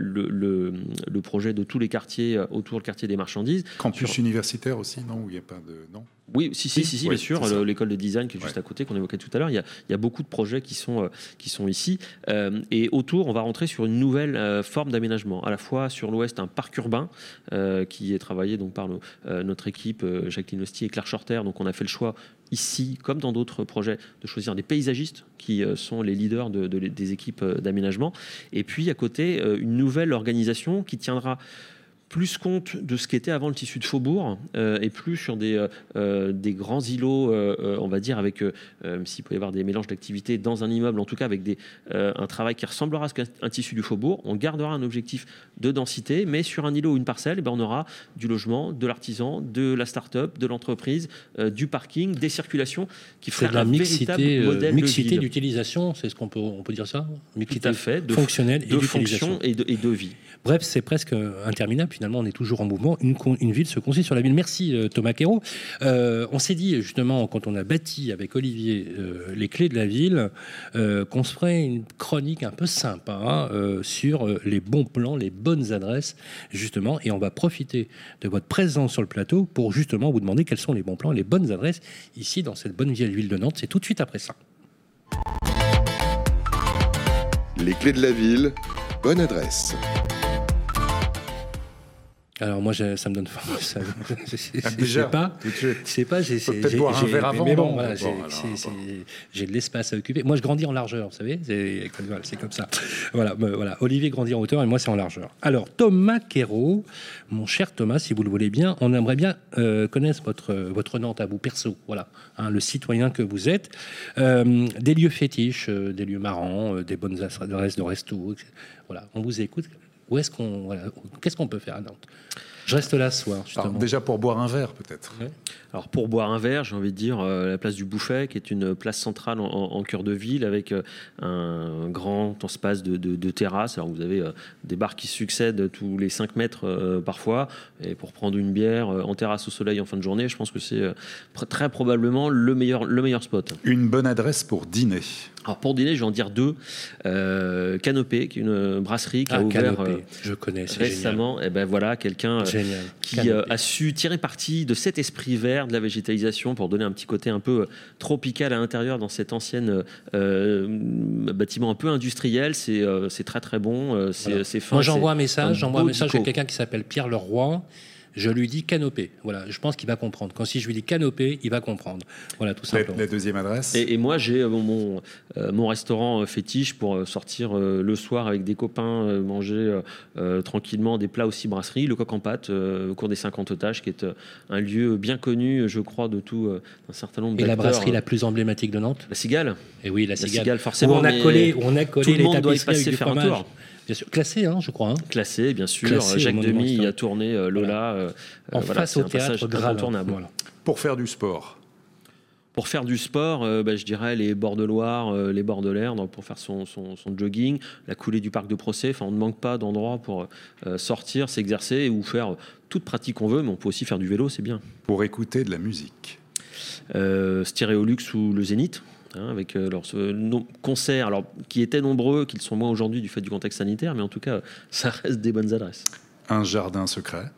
Speaker 4: le projet de tous les quartiers autour du quartier des marchandises.
Speaker 3: Campus universitaire aussi, non? Où il n'y a pas de... Non.
Speaker 4: Oui, si, bien sûr. L'école de design qui est juste à côté, qu'on évoquait tout à l'heure. Il y a beaucoup de projets qui sont ici. Et autour, on va rentrer sur une nouvelle forme d'aménagement. À la fois sur l'ouest, un parc urbain qui est travaillé donc, par notre équipe, Jacqueline Hostier et Claire Shorter. Donc on a fait le choix ici, comme dans d'autres projets, de choisir des paysagistes qui sont les leaders des équipes d'aménagement. Et puis à côté, une nouvelle organisation qui tiendra plus compte de ce qu'était avant le tissu de faubourg et plus sur des grands îlots, on va dire, avec, même s'il peut y avoir des mélanges d'activités dans un immeuble, en tout cas avec un travail qui ressemblera à ce qu'un tissu du faubourg. On gardera un objectif de densité, mais sur un îlot ou une parcelle, on aura du logement, de l'artisan, de la start-up, de l'entreprise, du parking, des circulations qui feraient un véritable modèle
Speaker 2: mixité d'utilisation, c'est ce qu'on peut dire ça, mixité
Speaker 4: tout à fait,
Speaker 2: fonctionnelle et
Speaker 4: de
Speaker 2: d'utilisation.
Speaker 4: fonction et de vie.
Speaker 2: Bref, c'est presque interminable. Finalement, on est toujours en mouvement. Une ville se construit sur la ville. Merci Thomas Quérault. On s'est dit justement, quand on a bâti avec Olivier les clés de la ville, qu'on se ferait une chronique un peu sympa sur les bons plans, les bonnes adresses, justement. Et on va profiter de votre présence sur le plateau pour justement vous demander quels sont les bons plans et les bonnes adresses ici dans cette bonne vieille ville de Nantes. C'est tout de suite après ça.
Speaker 1: Les clés de la ville, bonne adresse.
Speaker 2: Alors moi, ça me donne faim.
Speaker 3: Déjà,
Speaker 2: sais pas.
Speaker 3: tout de suite.
Speaker 2: Je sais pas.
Speaker 3: Peut-être boire un verre avant.
Speaker 2: Mais bon, voilà, j'ai de l'espace à occuper. Moi, je grandis en largeur, vous savez. C'est comme ça. Voilà. Olivier grandit en hauteur et moi, c'est en largeur. Alors, Thomas Quérault, mon cher Thomas, si vous le voulez bien, on aimerait bien connaître votre Nantes à vous perso. Voilà, le citoyen que vous êtes. Des lieux fétiches, des lieux marrants, des bonnes adresses de resto. Voilà, on vous écoute. Qu'est-ce qu'on peut faire à Nantes? Je reste là ce soir, justement.
Speaker 3: Alors, déjà pour boire un verre, peut-être.
Speaker 2: Ouais.
Speaker 4: Alors pour boire un verre, j'ai envie de dire la place du Bouffet, qui est une place centrale en cœur de ville, avec un grand espace de terrasse. Alors vous avez des bars qui succèdent tous les 5 mètres parfois. Et pour prendre une bière en terrasse au soleil en fin de journée, je pense que c'est très probablement le meilleur spot.
Speaker 3: Une bonne adresse pour dîner.
Speaker 4: Alors pour dîner, je vais en dire 2. Canopé, qui est une brasserie qui a ouvert
Speaker 2: je connais,
Speaker 4: récemment. Et ben voilà, quelqu'un qui a su tirer parti de cet esprit vert, de la végétalisation, pour donner un petit côté un peu tropical à l'intérieur dans cet ancien bâtiment un peu industriel. C'est très très bon, c'est fin.
Speaker 2: Moi j'envoie un message
Speaker 4: dico.
Speaker 2: à quelqu'un qui s'appelle Pierre Leroy. Je lui dis canopé. Voilà, je pense qu'il va comprendre. Quand si je lui dis canopé, il va comprendre. Voilà, tout simplement.
Speaker 3: La deuxième adresse.
Speaker 4: Et moi, j'ai mon restaurant fétiche pour sortir le soir avec des copains, manger tranquillement des plats aussi brasserie. Le Coq en pâte, au cours des 50 otages, qui est un lieu bien connu, je crois, de tout un certain nombre d'acteurs.
Speaker 2: Et la brasserie la plus emblématique de Nantes?
Speaker 4: La Cigale.
Speaker 2: Et oui, la Cigale
Speaker 4: forcément.
Speaker 2: Où on a collé
Speaker 4: tout le
Speaker 2: les
Speaker 4: monde doit y
Speaker 2: tapisseries
Speaker 4: passer
Speaker 2: avec du
Speaker 4: faire un
Speaker 2: fromage.
Speaker 4: tour.
Speaker 2: Bien sûr, classé, je crois.
Speaker 4: Classé, bien sûr.
Speaker 2: Classé
Speaker 4: Jacques Demy
Speaker 2: Monument
Speaker 4: a tourné Lola.
Speaker 2: En face au théâtre
Speaker 4: incontournable.
Speaker 2: Voilà.
Speaker 3: Pour faire du sport.
Speaker 4: Pour faire du sport, je dirais les bords de Loire, les bords de l'Erdre, pour faire son jogging, la coulée du parc de Procès. Enfin, on ne manque pas d'endroits pour sortir, s'exercer ou faire toute pratique qu'on veut, mais on peut aussi faire du vélo, c'est bien.
Speaker 3: Pour écouter de la musique.
Speaker 4: Stéréolux ou le Zénith. Avec leurs concerts, alors, qui étaient nombreux, qu'ils sont moins aujourd'hui du fait du contexte sanitaire, mais en tout cas, ça reste des bonnes adresses.
Speaker 3: Un jardin secret.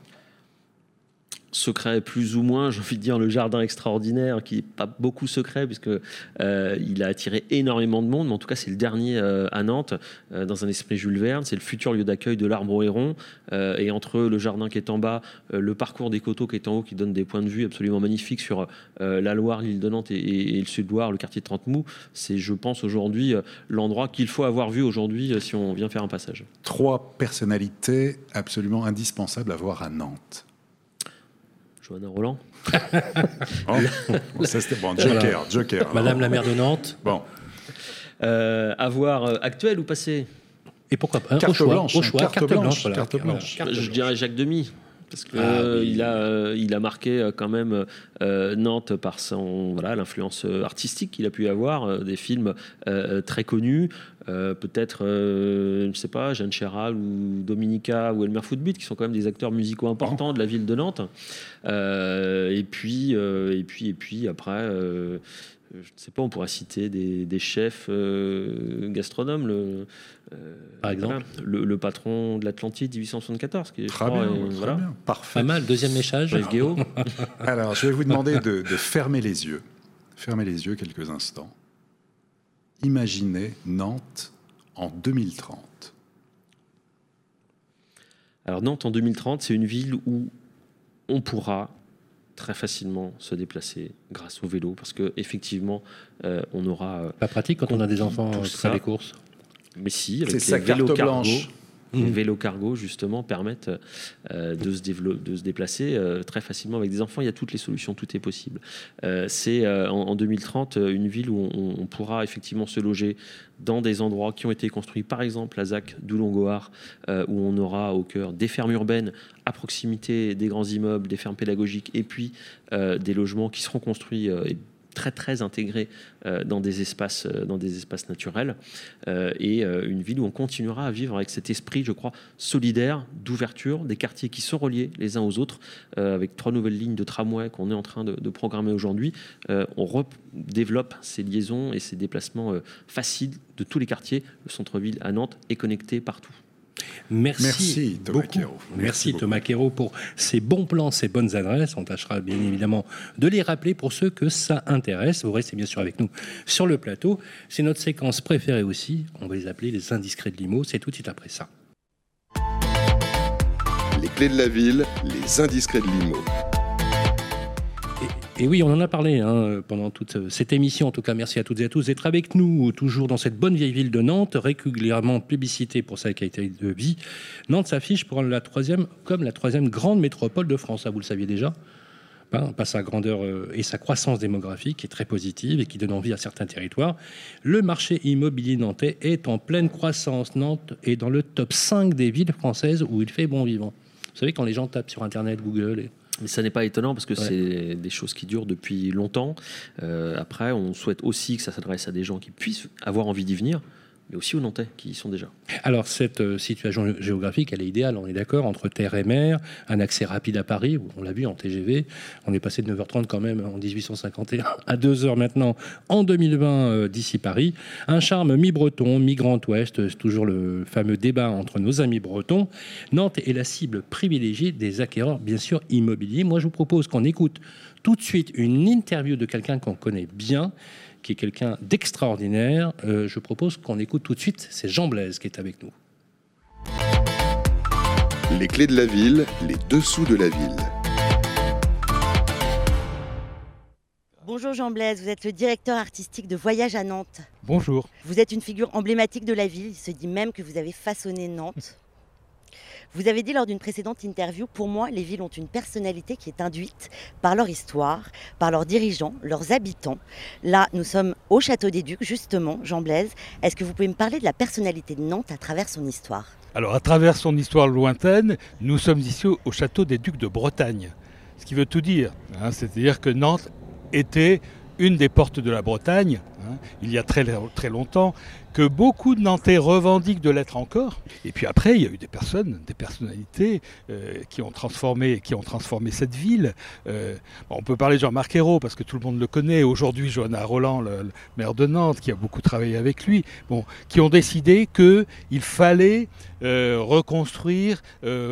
Speaker 4: Secret plus ou moins, j'ai envie de dire le jardin extraordinaire, qui n'est pas beaucoup secret, puisque il a attiré énormément de monde, mais en tout cas c'est le dernier à Nantes, dans un esprit Jules Verne. C'est le futur lieu d'accueil de l'Arbre au Héron, et entre le jardin qui est en bas, le parcours des coteaux qui est en haut, qui donne des points de vue absolument magnifiques sur la Loire, l'île de Nantes et le Sud-Loire, le quartier de Trentemoux. C'est, je pense, aujourd'hui l'endroit qu'il faut avoir vu aujourd'hui si on vient faire un passage.
Speaker 3: 3 personnalités absolument indispensables à voir à Nantes.
Speaker 4: Johanna Roland.
Speaker 3: Ça c'était bon. Joker.
Speaker 2: Madame la maire de Nantes.
Speaker 3: Bon.
Speaker 4: Avoir actuel ou passé?
Speaker 2: Et pourquoi pas
Speaker 3: Carte blanche.
Speaker 2: Carte blanche.
Speaker 4: Je dirais Jacques Demy. Parce qu'il a marqué quand même Nantes par l'influence artistique qu'il a pu avoir, des films très connus, peut-être, je ne sais pas, Jeanne Chéral ou Dominica ou Elmer Footbeat, qui sont quand même des acteurs musicaux importants de la ville de Nantes. Et puis après... je ne sais pas, on pourrait citer des chefs gastronomes,
Speaker 2: par exemple
Speaker 4: le patron de l'Atlantide 1874, qui est
Speaker 3: très bien, parfait.
Speaker 2: Pas mal, deuxième message.
Speaker 3: Alors, je vais vous demander de fermer les yeux. Fermez les yeux quelques instants. Imaginez Nantes en 2030.
Speaker 4: Alors, Nantes en 2030, c'est une ville où on pourra très facilement se déplacer grâce au vélo, parce que effectivement on aura
Speaker 2: pas pratique quand on a des enfants qui font les courses.
Speaker 4: Mais si, avec
Speaker 3: c'est sa
Speaker 4: les vélos
Speaker 3: carte
Speaker 4: cargo,
Speaker 3: blanche.
Speaker 4: Les vélos cargo, justement, permettent de se déplacer très facilement avec des enfants. Il y a toutes les solutions, tout est possible. C'est en 2030 une ville où on pourra effectivement se loger dans des endroits qui ont été construits, par exemple la ZAC d'Oulongoar, où on aura au cœur des fermes urbaines à proximité des grands immeubles, des fermes pédagogiques, et puis des logements qui seront construits très très intégrés dans des espaces naturels, et une ville où on continuera à vivre avec cet esprit, je crois, solidaire, d'ouverture, des quartiers qui sont reliés les uns aux autres, avec 3 nouvelles lignes de tramway qu'on est en train de programmer aujourd'hui. On redéveloppe ces liaisons et ces déplacements faciles de tous les quartiers. Le centre-ville à Nantes est connecté partout.
Speaker 2: Merci
Speaker 3: Thomas
Speaker 2: beaucoup.
Speaker 3: Quérault.
Speaker 2: Merci Thomas Quérault pour ces bons plans, ces bonnes adresses. On tâchera bien évidemment de les rappeler pour ceux que ça intéresse. Vous restez bien sûr avec nous sur le plateau. C'est notre séquence préférée aussi. On va les appeler les indiscrets de Limo. C'est tout de suite après ça.
Speaker 1: Les clés de la ville, les indiscrets de Limo.
Speaker 2: Et oui, on en a parlé pendant toute cette émission. En tout cas, merci à toutes et à tous d'être avec nous, toujours dans cette bonne vieille ville de Nantes, régulièrement plébiscitée pour sa qualité de vie. Nantes s'affiche comme la troisième grande métropole de France. Ça, vous le saviez déjà, par sa grandeur et sa croissance démographique qui est très positive et qui donne envie à certains territoires. Le marché immobilier nantais est en pleine croissance. Nantes est dans le top 5 des villes françaises où il fait bon vivant. Vous savez, quand les gens tapent sur Internet, Google...
Speaker 4: Mais ça n'est pas étonnant parce que c'est des choses qui durent depuis longtemps. Après, on souhaite aussi que ça s'adresse à des gens qui puissent avoir envie d'y venir, mais aussi aux Nantais qui y sont déjà.
Speaker 2: Alors, cette situation géographique, elle est idéale, on est d'accord, entre terre et mer, un accès rapide à Paris, on l'a vu en TGV, on est passé de 9h30 quand même en 1851 à 2h maintenant en 2020 d'ici Paris. Un charme mi-breton, mi-Grand Ouest, c'est toujours le fameux débat entre nos amis bretons. Nantes est la cible privilégiée des acquéreurs, bien sûr, immobiliers. Moi, je vous propose qu'on écoute tout de suite une interview de quelqu'un qu'on connaît bien, qui est quelqu'un d'extraordinaire. Je propose qu'on écoute tout de suite, c'est Jean Blaise qui est avec nous.
Speaker 1: Les clés de la ville, les dessous de la ville.
Speaker 8: Bonjour Jean Blaise, vous êtes le directeur artistique de Voyage à Nantes.
Speaker 9: Bonjour.
Speaker 8: Vous êtes une figure emblématique de la ville, il se dit même que vous avez façonné Nantes. Vous avez dit lors d'une précédente interview, pour moi, les villes ont une personnalité qui est induite par leur histoire, par leurs dirigeants, leurs habitants. Là, nous sommes au Château des Ducs, justement, Jean Blaise. Est-ce que vous pouvez me parler de la personnalité de Nantes à travers son histoire ?
Speaker 9: Alors, à travers son histoire lointaine, nous sommes ici au Château des Ducs de Bretagne. Ce qui veut tout dire, c'est-à-dire que Nantes était une des portes de la Bretagne, il y a très, très longtemps, que beaucoup de Nantais revendiquent de l'être encore. Et puis après, il y a eu des personnalités qui ont transformé cette ville. On peut parler de Jean-Marc Ayrault, parce que tout le monde le connaît. Aujourd'hui, Johanna Roland, le maire de Nantes, qui a beaucoup travaillé avec lui, qui ont décidé qu'il fallait reconstruire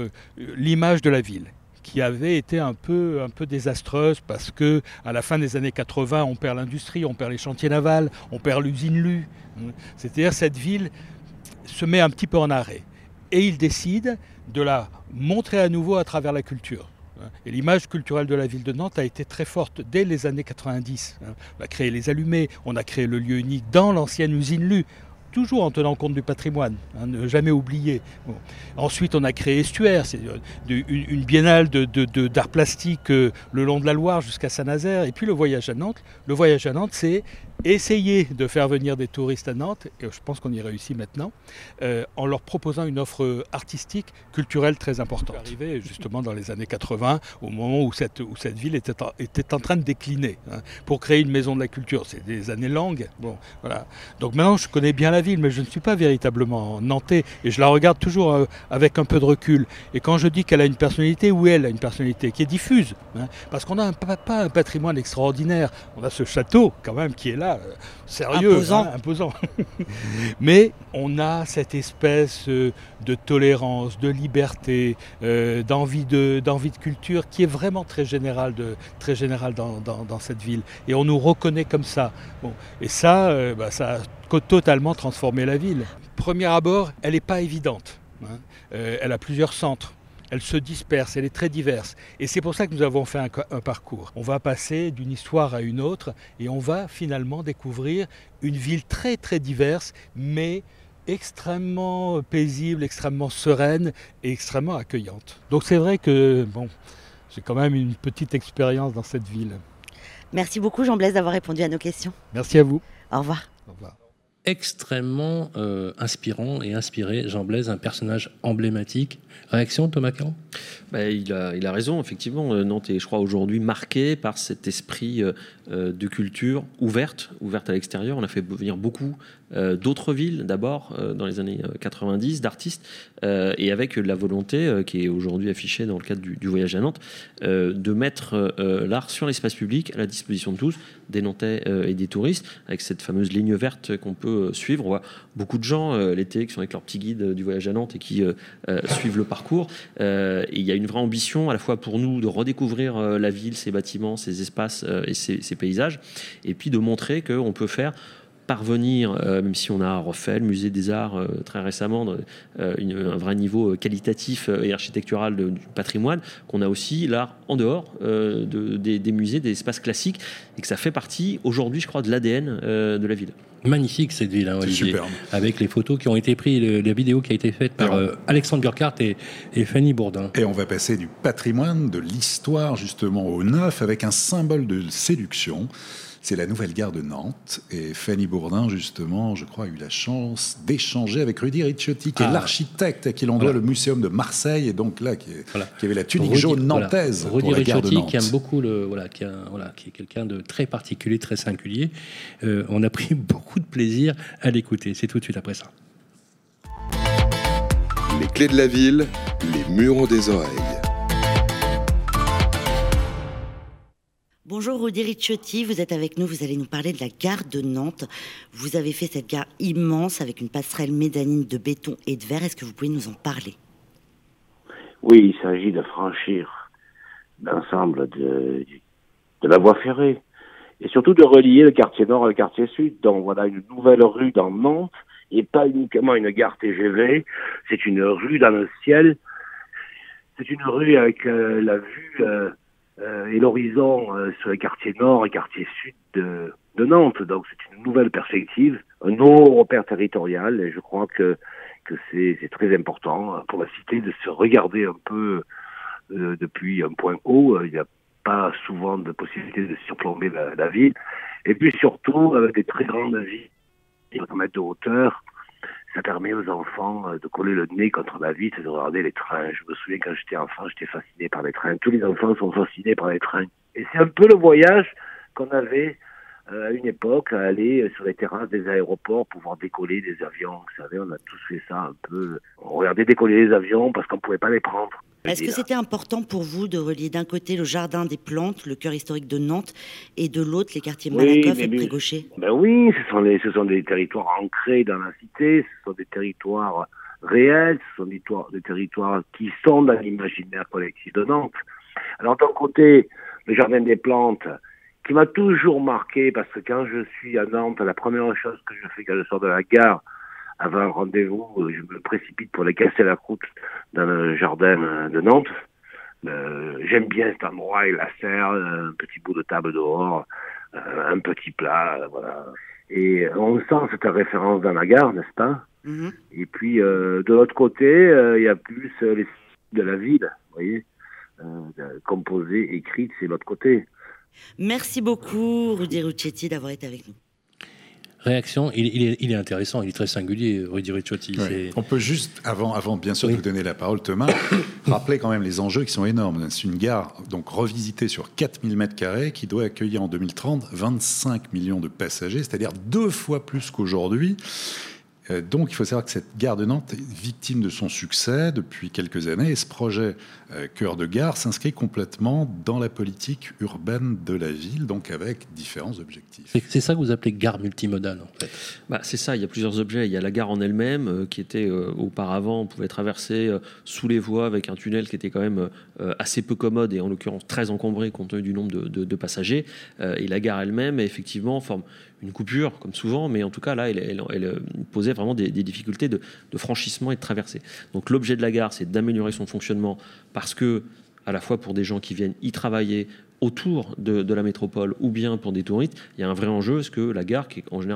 Speaker 9: l'image de la ville, qui avait été un peu désastreuse parce que à la fin des années 80, on perd l'industrie, on perd les chantiers navals, on perd l'usine Lu. C'est-à-dire cette ville se met un petit peu en arrêt. Et il décide de la montrer à nouveau à travers la culture. Et l'image culturelle de la ville de Nantes a été très forte dès les années 90. On a créé les Allumés, on a créé le lieu unique dans l'ancienne usine Lu, toujours en tenant compte du patrimoine, ne jamais oublier. Ensuite, on a créé Estuaire, c'est une biennale d'art plastique le long de la Loire jusqu'à Saint-Nazaire. Et puis le Voyage à Nantes. Le Voyage à Nantes, c'est essayer de faire venir des touristes à Nantes, et je pense qu'on y réussit maintenant, en leur proposant une offre artistique, culturelle très importante. Arrivé justement dans les années 80, au moment où cette ville était en train de décliner, pour créer une maison de la culture. C'est des années longues. Voilà. Donc maintenant, je connais bien la ville, mais je ne suis pas véritablement nantais, et je la regarde toujours avec un peu de recul. Et quand je dis qu'elle a une personnalité, oui, elle a une personnalité qui est diffuse, parce qu'on n'a pas un patrimoine extraordinaire. On a ce château, quand même, qui est là, sérieux, imposant. Mais on a cette espèce de tolérance, de liberté, d'envie de culture qui est vraiment très générale dans cette ville. Et on nous reconnaît comme ça. Et ça, ça a totalement transformé la ville. Premier abord, elle n'est pas évidente. Elle a plusieurs centres. Elle se disperse, elle est très diverse. Et c'est pour ça que nous avons fait un parcours. On va passer d'une histoire à une autre et on va finalement découvrir une ville très très diverse, mais extrêmement paisible, extrêmement sereine et extrêmement accueillante. Donc c'est vrai que j'ai quand même une petite expérience dans cette ville.
Speaker 8: Merci beaucoup Jean-Blaise d'avoir répondu à nos questions.
Speaker 9: Merci à vous.
Speaker 8: Au revoir.
Speaker 9: Au revoir.
Speaker 2: Extrêmement inspirant et inspiré, Jean Blaise, un personnage emblématique. Réaction, Thomas Caron ?
Speaker 4: Il a raison, effectivement. Nantes est, je crois, aujourd'hui marqué par cet esprit de culture ouverte à l'extérieur. On a fait venir beaucoup d'autres villes, d'abord, dans les années 90, d'artistes, et avec la volonté, qui est aujourd'hui affichée dans le cadre du voyage à Nantes, de mettre l'art sur l'espace public, à la disposition de tous, des Nantais et des touristes, avec cette fameuse ligne verte qu'on peut suivre. On voit beaucoup de gens l'été qui sont avec leur petit guide du voyage à Nantes et qui suivent le parcours. Et il y a une vraie ambition à la fois pour nous de redécouvrir la ville, ses bâtiments, ses espaces et ses paysages, et puis de montrer qu'on peut faire parvenir, même si on a refait le musée des Arts très récemment, un vrai niveau qualitatif et architectural du patrimoine, qu'on a aussi l'art en dehors des musées, des espaces classiques, et que ça fait partie aujourd'hui, je crois, de l'ADN de la ville.
Speaker 2: Magnifique cette ville, hein, Olivier,
Speaker 3: superbe.
Speaker 2: avec les photos qui ont été prises, la vidéo qui a été faite par Alexandre Burkhardt et Fanny Bourdin.
Speaker 3: Et on va passer du patrimoine, de l'histoire justement au neuf, avec un symbole de séduction. C'est la nouvelle gare de Nantes. Et Fanny Bourdin, justement, je crois, a eu la chance d'échanger avec Rudy Ricciotti, qui est l'architecte à qui l'on doit le Muséum de Marseille, et donc là, qui avait la tunique jaune nantaise pour la gare de Nantes.
Speaker 2: Qui aime beaucoup qui est quelqu'un de très particulier, très singulier. On a pris beaucoup de plaisir à l'écouter. C'est tout de suite après ça.
Speaker 1: Les clés de la ville, les murs ont des oreilles.
Speaker 8: Bonjour Rudy Ricciotti, vous êtes avec nous, vous allez nous parler de la gare de Nantes. Vous avez fait cette gare immense avec une passerelle médanine de béton et de verre. Est-ce que vous pouvez nous en parler ?
Speaker 10: Oui, il s'agit de franchir l'ensemble de la voie ferrée et surtout de relier le quartier nord et le quartier sud. Donc voilà une nouvelle rue dans Nantes et pas uniquement une gare TGV, c'est une rue dans le ciel, c'est une rue avec la vue et l'horizon sur les quartiers nord et quartier sud de Nantes. Donc c'est une nouvelle perspective, un nouveau repère territorial, et je crois que c'est très important pour la cité de se regarder un peu depuis un point haut. Il n'y a pas souvent de possibilité de surplomber la ville. Et puis surtout, avec des très grandes villes, 100 mètres de hauteur, ça permet aux enfants de coller le nez contre la vitre et de regarder les trains. Je me souviens quand j'étais enfant, j'étais fasciné par les trains. Tous les enfants sont fascinés par les trains. Et c'est un peu le voyage qu'on avait à une époque, à aller sur les terrasses des aéroports pour voir décoller des avions. Vous savez, on a tous fait ça un peu. On regardait décoller les avions parce qu'on ne pouvait pas les prendre.
Speaker 8: Est-ce que c'était important pour vous de relier d'un côté le jardin des plantes, le cœur historique de Nantes, et de l'autre les quartiers Malakoff et Prégauché ?
Speaker 10: Ben oui, ce sont des territoires ancrés dans la cité, ce sont des territoires réels, ce sont des territoires qui sont dans l'imaginaire collectif de Nantes. Alors d'un côté, le jardin des plantes, qui m'a toujours marqué, parce que quand je suis à Nantes, la première chose que je fais quand je sors de la gare, avant un rendez-vous, je me précipite pour aller casser la croûte dans le jardin de Nantes. J'aime bien cet endroit, et la serre, un petit bout de table dehors, un petit plat, voilà. Et on sent cette référence dans la gare, n'est-ce pas ? Mm-hmm. Et puis, de l'autre côté, il y a plus les de la ville, vous voyez, composée, écrite, c'est l'autre côté.
Speaker 8: Merci beaucoup, Rudy Ricciotti, d'avoir été avec nous.
Speaker 2: Réaction, il est intéressant, il est très singulier, Rudy Ricciotti.
Speaker 3: Ouais. On peut juste, avant bien sûr de vous donner la parole, Thomas, rappeler quand même les enjeux qui sont énormes. C'est une gare donc revisitée sur 4000 m² qui doit accueillir en 2030 25 millions de passagers, c'est-à-dire 2 fois plus qu'aujourd'hui. Donc il faut savoir que cette gare de Nantes est victime de son succès depuis quelques années, et ce projet cœur de gare s'inscrit complètement dans la politique urbaine de la ville, donc avec différents objectifs.
Speaker 2: C'est ça que vous appelez gare multimodale, en fait.
Speaker 4: C'est ça, il y a plusieurs objets. Il y a la gare en elle-même qui était auparavant, on pouvait traverser sous les voies avec un tunnel qui était quand même assez peu commode et en l'occurrence très encombré compte tenu du nombre de passagers. Et la gare elle-même, effectivement, forme une coupure, comme souvent, mais en tout cas, là, elle posait vraiment des difficultés de franchissement et de traversée. Donc l'objet de la gare, c'est d'améliorer son fonctionnement parce que, à la fois pour des gens qui viennent y travailler autour de la métropole ou bien pour des touristes, il y a un vrai enjeu. Est-ce que la gare, qui est en général le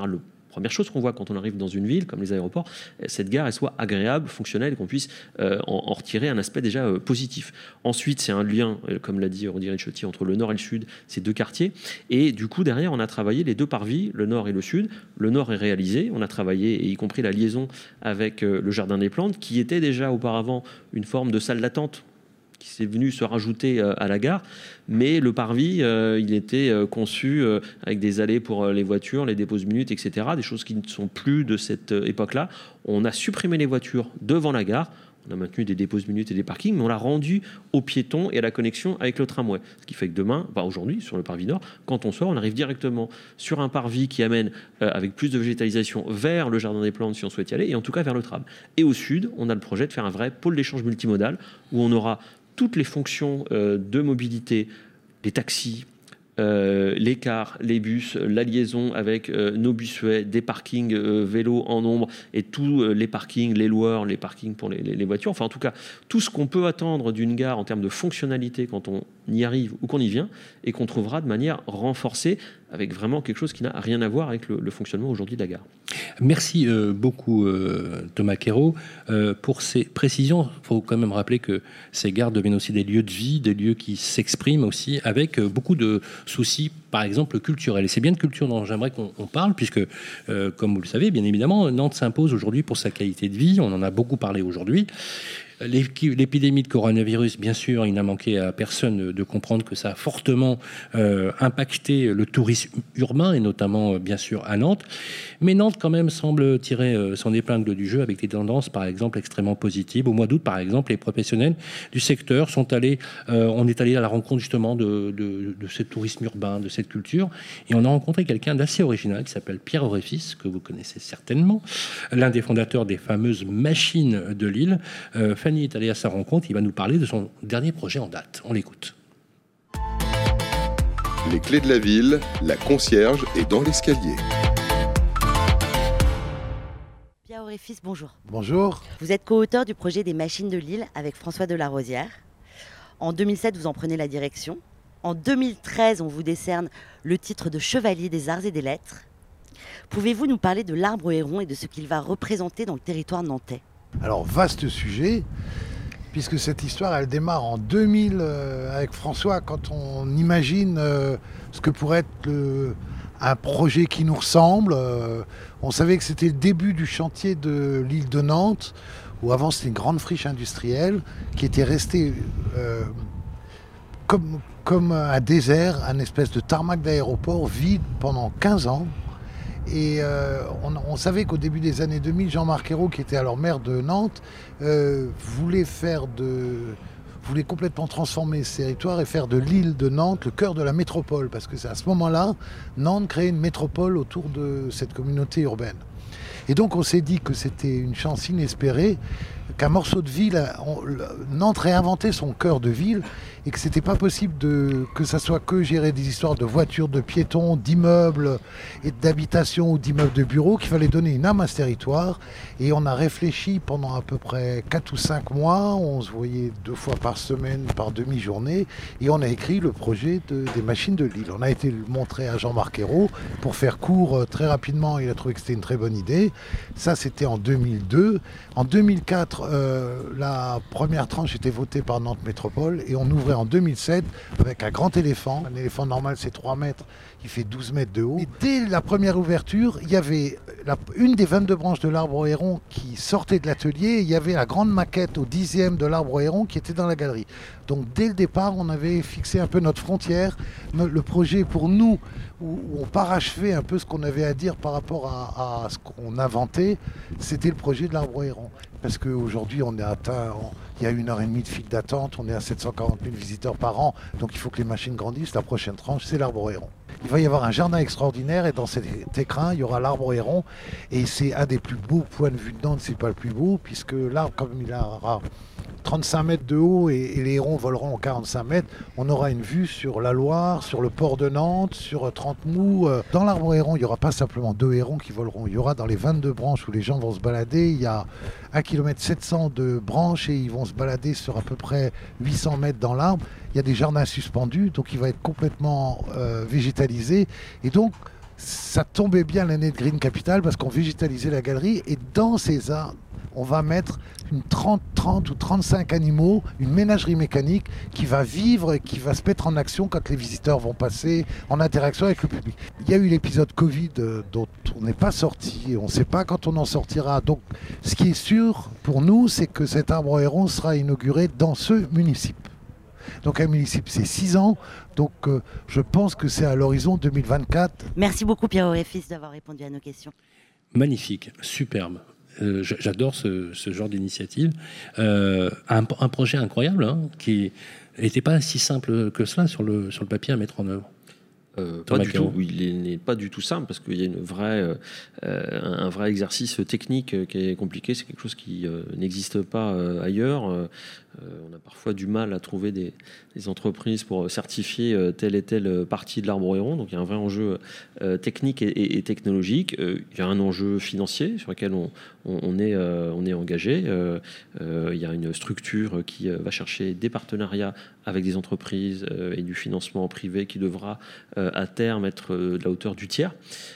Speaker 4: Première chose qu'on voit quand on arrive dans une ville, comme les aéroports, cette gare elle soit agréable, fonctionnelle, et qu'on puisse en retirer un aspect déjà positif. Ensuite, c'est un lien, comme l'a dit Rudy Ricciotti, entre le nord et le sud, ces deux quartiers. Et du coup, derrière, on a travaillé les deux parvis, le nord et le sud. Le nord est réalisé, on a travaillé, et y compris la liaison avec le Jardin des Plantes, qui était déjà auparavant une forme de salle d'attente qui s'est venu se rajouter à la gare, mais le parvis, il était conçu avec des allées pour les voitures, les déposes minutes, etc., des choses qui ne sont plus de cette époque-là. On a supprimé les voitures devant la gare, on a maintenu des déposes minutes et des parkings, mais on l'a rendu aux piétons et à la connexion avec le tramway. Ce qui fait que demain, aujourd'hui, sur le parvis nord, quand on sort, on arrive directement sur un parvis qui amène, avec plus de végétalisation, vers le Jardin des Plantes, si on souhaite y aller, et en tout cas vers le tram. Et au sud, on a le projet de faire un vrai pôle d'échange multimodal, où on aura toutes les fonctions de mobilité, les taxis, les cars, les bus, la liaison avec nos busway, des parkings vélos en nombre et tous les parkings, les loueurs, les parkings pour les voitures. Enfin, en tout cas, tout ce qu'on peut attendre d'une gare en termes de fonctionnalité quand on y arrive ou qu'on y vient et qu'on trouvera de manière renforcée avec vraiment quelque chose qui n'a rien à voir avec le fonctionnement aujourd'hui de la gare.
Speaker 2: Merci beaucoup Thomas Quérault. Pour ces précisions, il faut quand même rappeler que ces gares deviennent aussi des lieux de vie, des lieux qui s'expriment aussi avec beaucoup de soucis, par exemple culturels. Et c'est bien de culture dont j'aimerais qu'on parle, puisque, comme vous le savez, bien évidemment, Nantes s'impose aujourd'hui pour sa qualité de vie. On en a beaucoup parlé aujourd'hui. L'épidémie de coronavirus, bien sûr, il n'a manqué à personne de comprendre que ça a fortement impacté le tourisme urbain, et notamment, bien sûr, à Nantes. Mais Nantes, quand même, semble tirer son épingle du jeu avec des tendances, par exemple, extrêmement positives. Au mois d'août, par exemple, les professionnels du secteur sont allés, on est allé à la rencontre, justement, de ce tourisme urbain, de cette culture, et on a rencontré quelqu'un d'assez original qui s'appelle Pierre Auréfis, que vous connaissez certainement, l'un des fondateurs des fameuses machines de Lille. Fanny est allée à sa rencontre, il va nous parler de son dernier projet en date. On l'écoute.
Speaker 1: Les clés de la ville, la concierge est dans l'escalier.
Speaker 8: Pierre Auréfis, bonjour.
Speaker 11: Bonjour.
Speaker 8: Vous êtes co-auteur du projet des machines de Lille avec François Delarosière. En 2007, vous en prenez la direction. En 2013, on vous décerne le titre de chevalier des arts et des lettres. Pouvez-vous nous parler de l'arbre héron et de ce qu'il va représenter dans le territoire nantais ?
Speaker 11: Alors, vaste sujet, puisque cette histoire, elle démarre en 2000 avec François, quand on imagine ce que pourrait être un projet qui nous ressemble. On savait que c'était le début du chantier de l'île de Nantes, où avant c'était une grande friche industrielle, qui était restée comme un désert, un espèce de tarmac d'aéroport vide pendant 15 ans. Et on savait qu'au début des années 2000, Jean-Marc Ayrault, qui était alors maire de Nantes, voulait complètement transformer ce territoire et faire de l'île de Nantes le cœur de la métropole. Parce que c'est à ce moment-là, Nantes créait une métropole autour de cette communauté urbaine. Et donc on s'est dit que c'était une chance inespérée, qu'un morceau de ville, Nantes réinventait son cœur de ville, et que c'était pas possible que ça soit que gérer des histoires de voitures, de piétons, d'immeubles et d'habitations ou d'immeubles de bureaux, qu'il fallait donner une âme à ce territoire. Et on a réfléchi pendant à peu près 4 ou 5 mois, on se voyait 2 fois par semaine, par demi-journée, et on a écrit le projet des machines de Lille. On a été le montrer à Jean-Marc Ayrault. Pour faire court, très rapidement, il a trouvé que c'était une très bonne idée. Ça, c'était en 2002. En 2004, la première tranche était votée par Nantes Métropole, et on ouvrait en 2007 avec un grand éléphant. Un éléphant normal, c'est 3 mètres, il fait 12 mètres de haut. Et dès la première ouverture, il y avait une des 22 branches de l'arbre héron qui sortait de l'atelier, et il y avait la grande maquette au 10e de l'arbre héron qui était dans la galerie. Donc dès le départ, on avait fixé un peu notre frontière. Le projet pour nous, où on parachevait un peu ce qu'on avait à dire par rapport à ce qu'on inventait, c'était le projet de l'arbre héron. Parce qu'aujourd'hui, on est atteint, il y a 1h30 de file d'attente, on est à 740 000 visiteurs par an, donc il faut que les machines grandissent. La prochaine tranche, c'est l'arbre héron. Il va y avoir un jardin extraordinaire, et dans cet écrin, il y aura l'arbre héron, et c'est un des plus beaux points de vue de Nantes, c'est pas le plus beau, puisque l'arbre, comme il aura 35 mètres de haut et les hérons voleront 45 mètres, on aura une vue sur la Loire, sur le port de Nantes, sur Trente-Mous. Dans l'arbre héron, il n'y aura pas simplement 2 hérons qui voleront, il y aura dans les 22 branches où les gens vont se balader, il y a 1,7 km de branches, et ils vont se balader sur à peu près 800 mètres dans l'arbre. Il y a des jardins suspendus, donc il va être complètement végétalisé, et donc ça tombait bien l'année de Green Capital parce qu'on végétalisait la galerie et dans ces arbres, on va mettre une 30 ou 35 animaux, une ménagerie mécanique qui va vivre et qui va se mettre en action quand les visiteurs vont passer en interaction avec le public. Il y a eu l'épisode Covid dont on n'est pas sorti, on ne sait pas quand on en sortira. Donc ce qui est sûr pour nous, c'est que cet arbre héron sera inauguré dans ce municipio. Donc un municipio, c'est 6 ans, donc je pense que c'est à l'horizon 2024.
Speaker 8: Merci beaucoup Pierre Oréfils d'avoir répondu à nos questions.
Speaker 2: Magnifique, superbe. J'adore ce genre d'initiative. Un projet incroyable qui n'était pas si simple que cela sur le papier à mettre en œuvre.
Speaker 4: Pas du tout. Il n'est pas du tout simple parce qu'il y a un vrai exercice technique qui est compliqué. C'est quelque chose qui n'existe pas ailleurs. On a parfois du mal à trouver des entreprises pour certifier telle et telle partie de l'arbre héron. Donc il y a un vrai enjeu technique et technologique. Il y a un enjeu financier sur lequel on est engagé. Il y a une structure qui va chercher des partenariats avec des entreprises et du financement privé qui devra à terme être de la hauteur du tiers.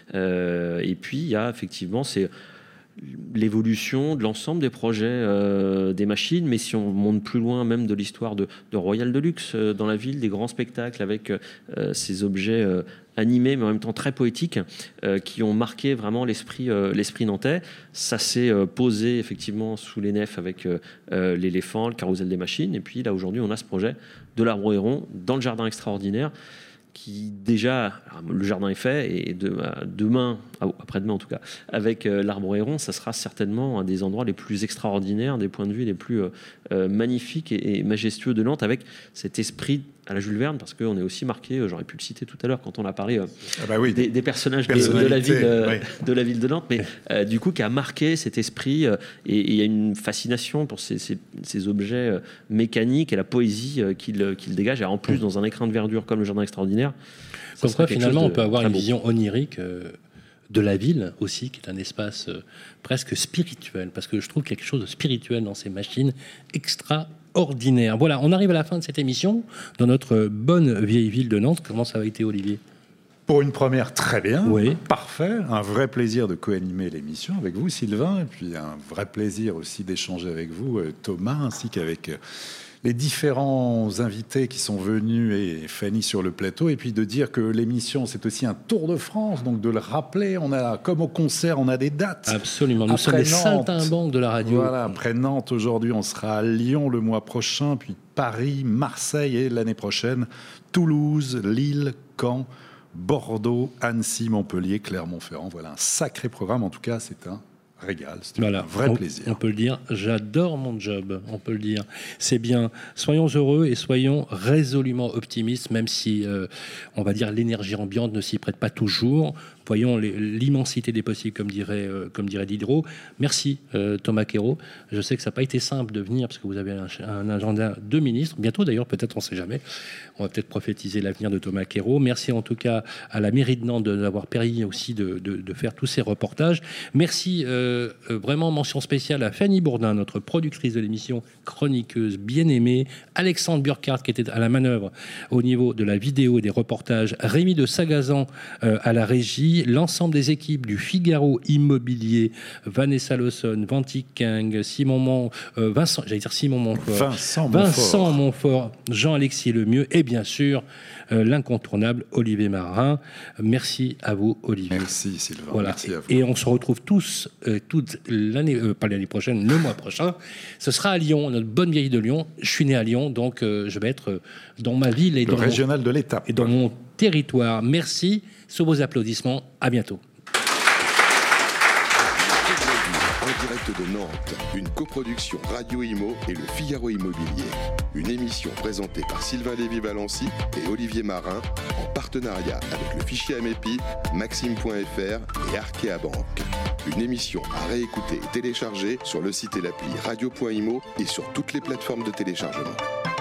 Speaker 4: Et puis il y a effectivement l'évolution de l'ensemble des projets des machines, mais si on monte plus loin même de l'histoire de Royal Deluxe dans la ville, des grands spectacles avec ces objets animés mais en même temps très poétiques qui ont marqué vraiment l'esprit nantais. Ça s'est posé effectivement sous les nefs avec l'éléphant, le carrousel des machines, et puis là aujourd'hui on a ce projet de l'arbre héron dans le jardin extraordinaire qui déjà, le jardin est fait, et demain, après-demain en tout cas, avec l'arbre héron, ça sera certainement un des endroits les plus extraordinaires, des points de vue les plus magnifiques et majestueux de Nantes, avec cet esprit à la Jules Verne, parce qu'on est aussi marqué, j'aurais pu le citer tout à l'heure quand on a parlé des personnages de la ville de Nantes, mais du coup qui a marqué cet esprit, et il y a une fascination pour ces objets mécaniques et la poésie qu'il dégage, et en plus dans un écrin de verdure comme le jardin extraordinaire.
Speaker 2: Comme quoi finalement on peut avoir une vision onirique de la ville aussi, qui est un espace presque spirituel, parce que je trouve qu'il y a quelque chose de spirituel dans ces machines extraordinaires. Voilà, on arrive à la fin de cette émission dans notre bonne vieille ville de Nantes. Comment ça a été, Olivier ?
Speaker 3: Pour une première, très bien,
Speaker 2: oui.
Speaker 3: Parfait. Un vrai plaisir de co-animer l'émission avec vous, Sylvain, et puis un vrai plaisir aussi d'échanger avec vous, Thomas, ainsi qu'avec les différents invités qui sont venus et Fanny sur le plateau, et puis de dire que l'émission, c'est aussi un tour de France, donc de le rappeler, on a, comme au concert, on a des dates.
Speaker 2: Absolument, nous sommes les saltimbanques de la radio.
Speaker 3: Voilà, après Nantes, aujourd'hui, on sera à Lyon le mois prochain, puis Paris, Marseille, et l'année prochaine, Toulouse, Lille, Caen, Bordeaux, Annecy, Montpellier, Clermont-Ferrand. Voilà, un sacré programme, en tout cas, c'est un régal, c'est un vrai plaisir.
Speaker 2: On peut le dire, j'adore mon job, on peut le dire. C'est bien, soyons heureux et soyons résolument optimistes, même si, on va dire, l'énergie ambiante ne s'y prête pas toujours. Voyons l'immensité des possibles, comme dirait Diderot. Merci Thomas Quérault. Je sais que ça n'a pas été simple de venir parce que vous avez un agenda de ministre. Bientôt d'ailleurs, peut-être, on ne sait jamais. On va peut-être prophétiser l'avenir de Thomas Quérault. Merci en tout cas à la mairie de Nantes d'avoir permis aussi de faire tous ces reportages. Merci vraiment, mention spéciale à Fanny Bourdin, notre productrice de l'émission, chroniqueuse bien aimée. Alexandre Burkhardt qui était à la manœuvre au niveau de la vidéo et des reportages. Rémi de Sagazan à la régie. L'ensemble des équipes du Figaro Immobilier, Vanessa Lawson, Vantiking, Vincent Montfort, Jean-Alexis Lemieux et bien sûr l'incontournable Olivier Marin. Merci à vous, Olivier.
Speaker 3: Merci, Sylvain.
Speaker 2: Voilà.
Speaker 3: Merci à vous.
Speaker 2: Et on se retrouve tous, toute l'année, pas l'année prochaine, le mois prochain. Ce sera à Lyon, notre bonne vieille de Lyon. Je suis né à Lyon, donc je vais être dans ma ville et
Speaker 3: régional de l'étape.
Speaker 2: Et dans mon territoire. Merci. Sous vos applaudissements, à bientôt.
Speaker 1: En direct de Nantes, une coproduction Radio Imo et le Figaro Immobilier. Une émission présentée par Sylvain Lévy-Valency et Olivier Marin en partenariat avec le fichier Amepi, Maxime.fr et Arkea Banque. Une émission à réécouter et télécharger sur le site et l'appli radio.imo et sur toutes les plateformes de téléchargement.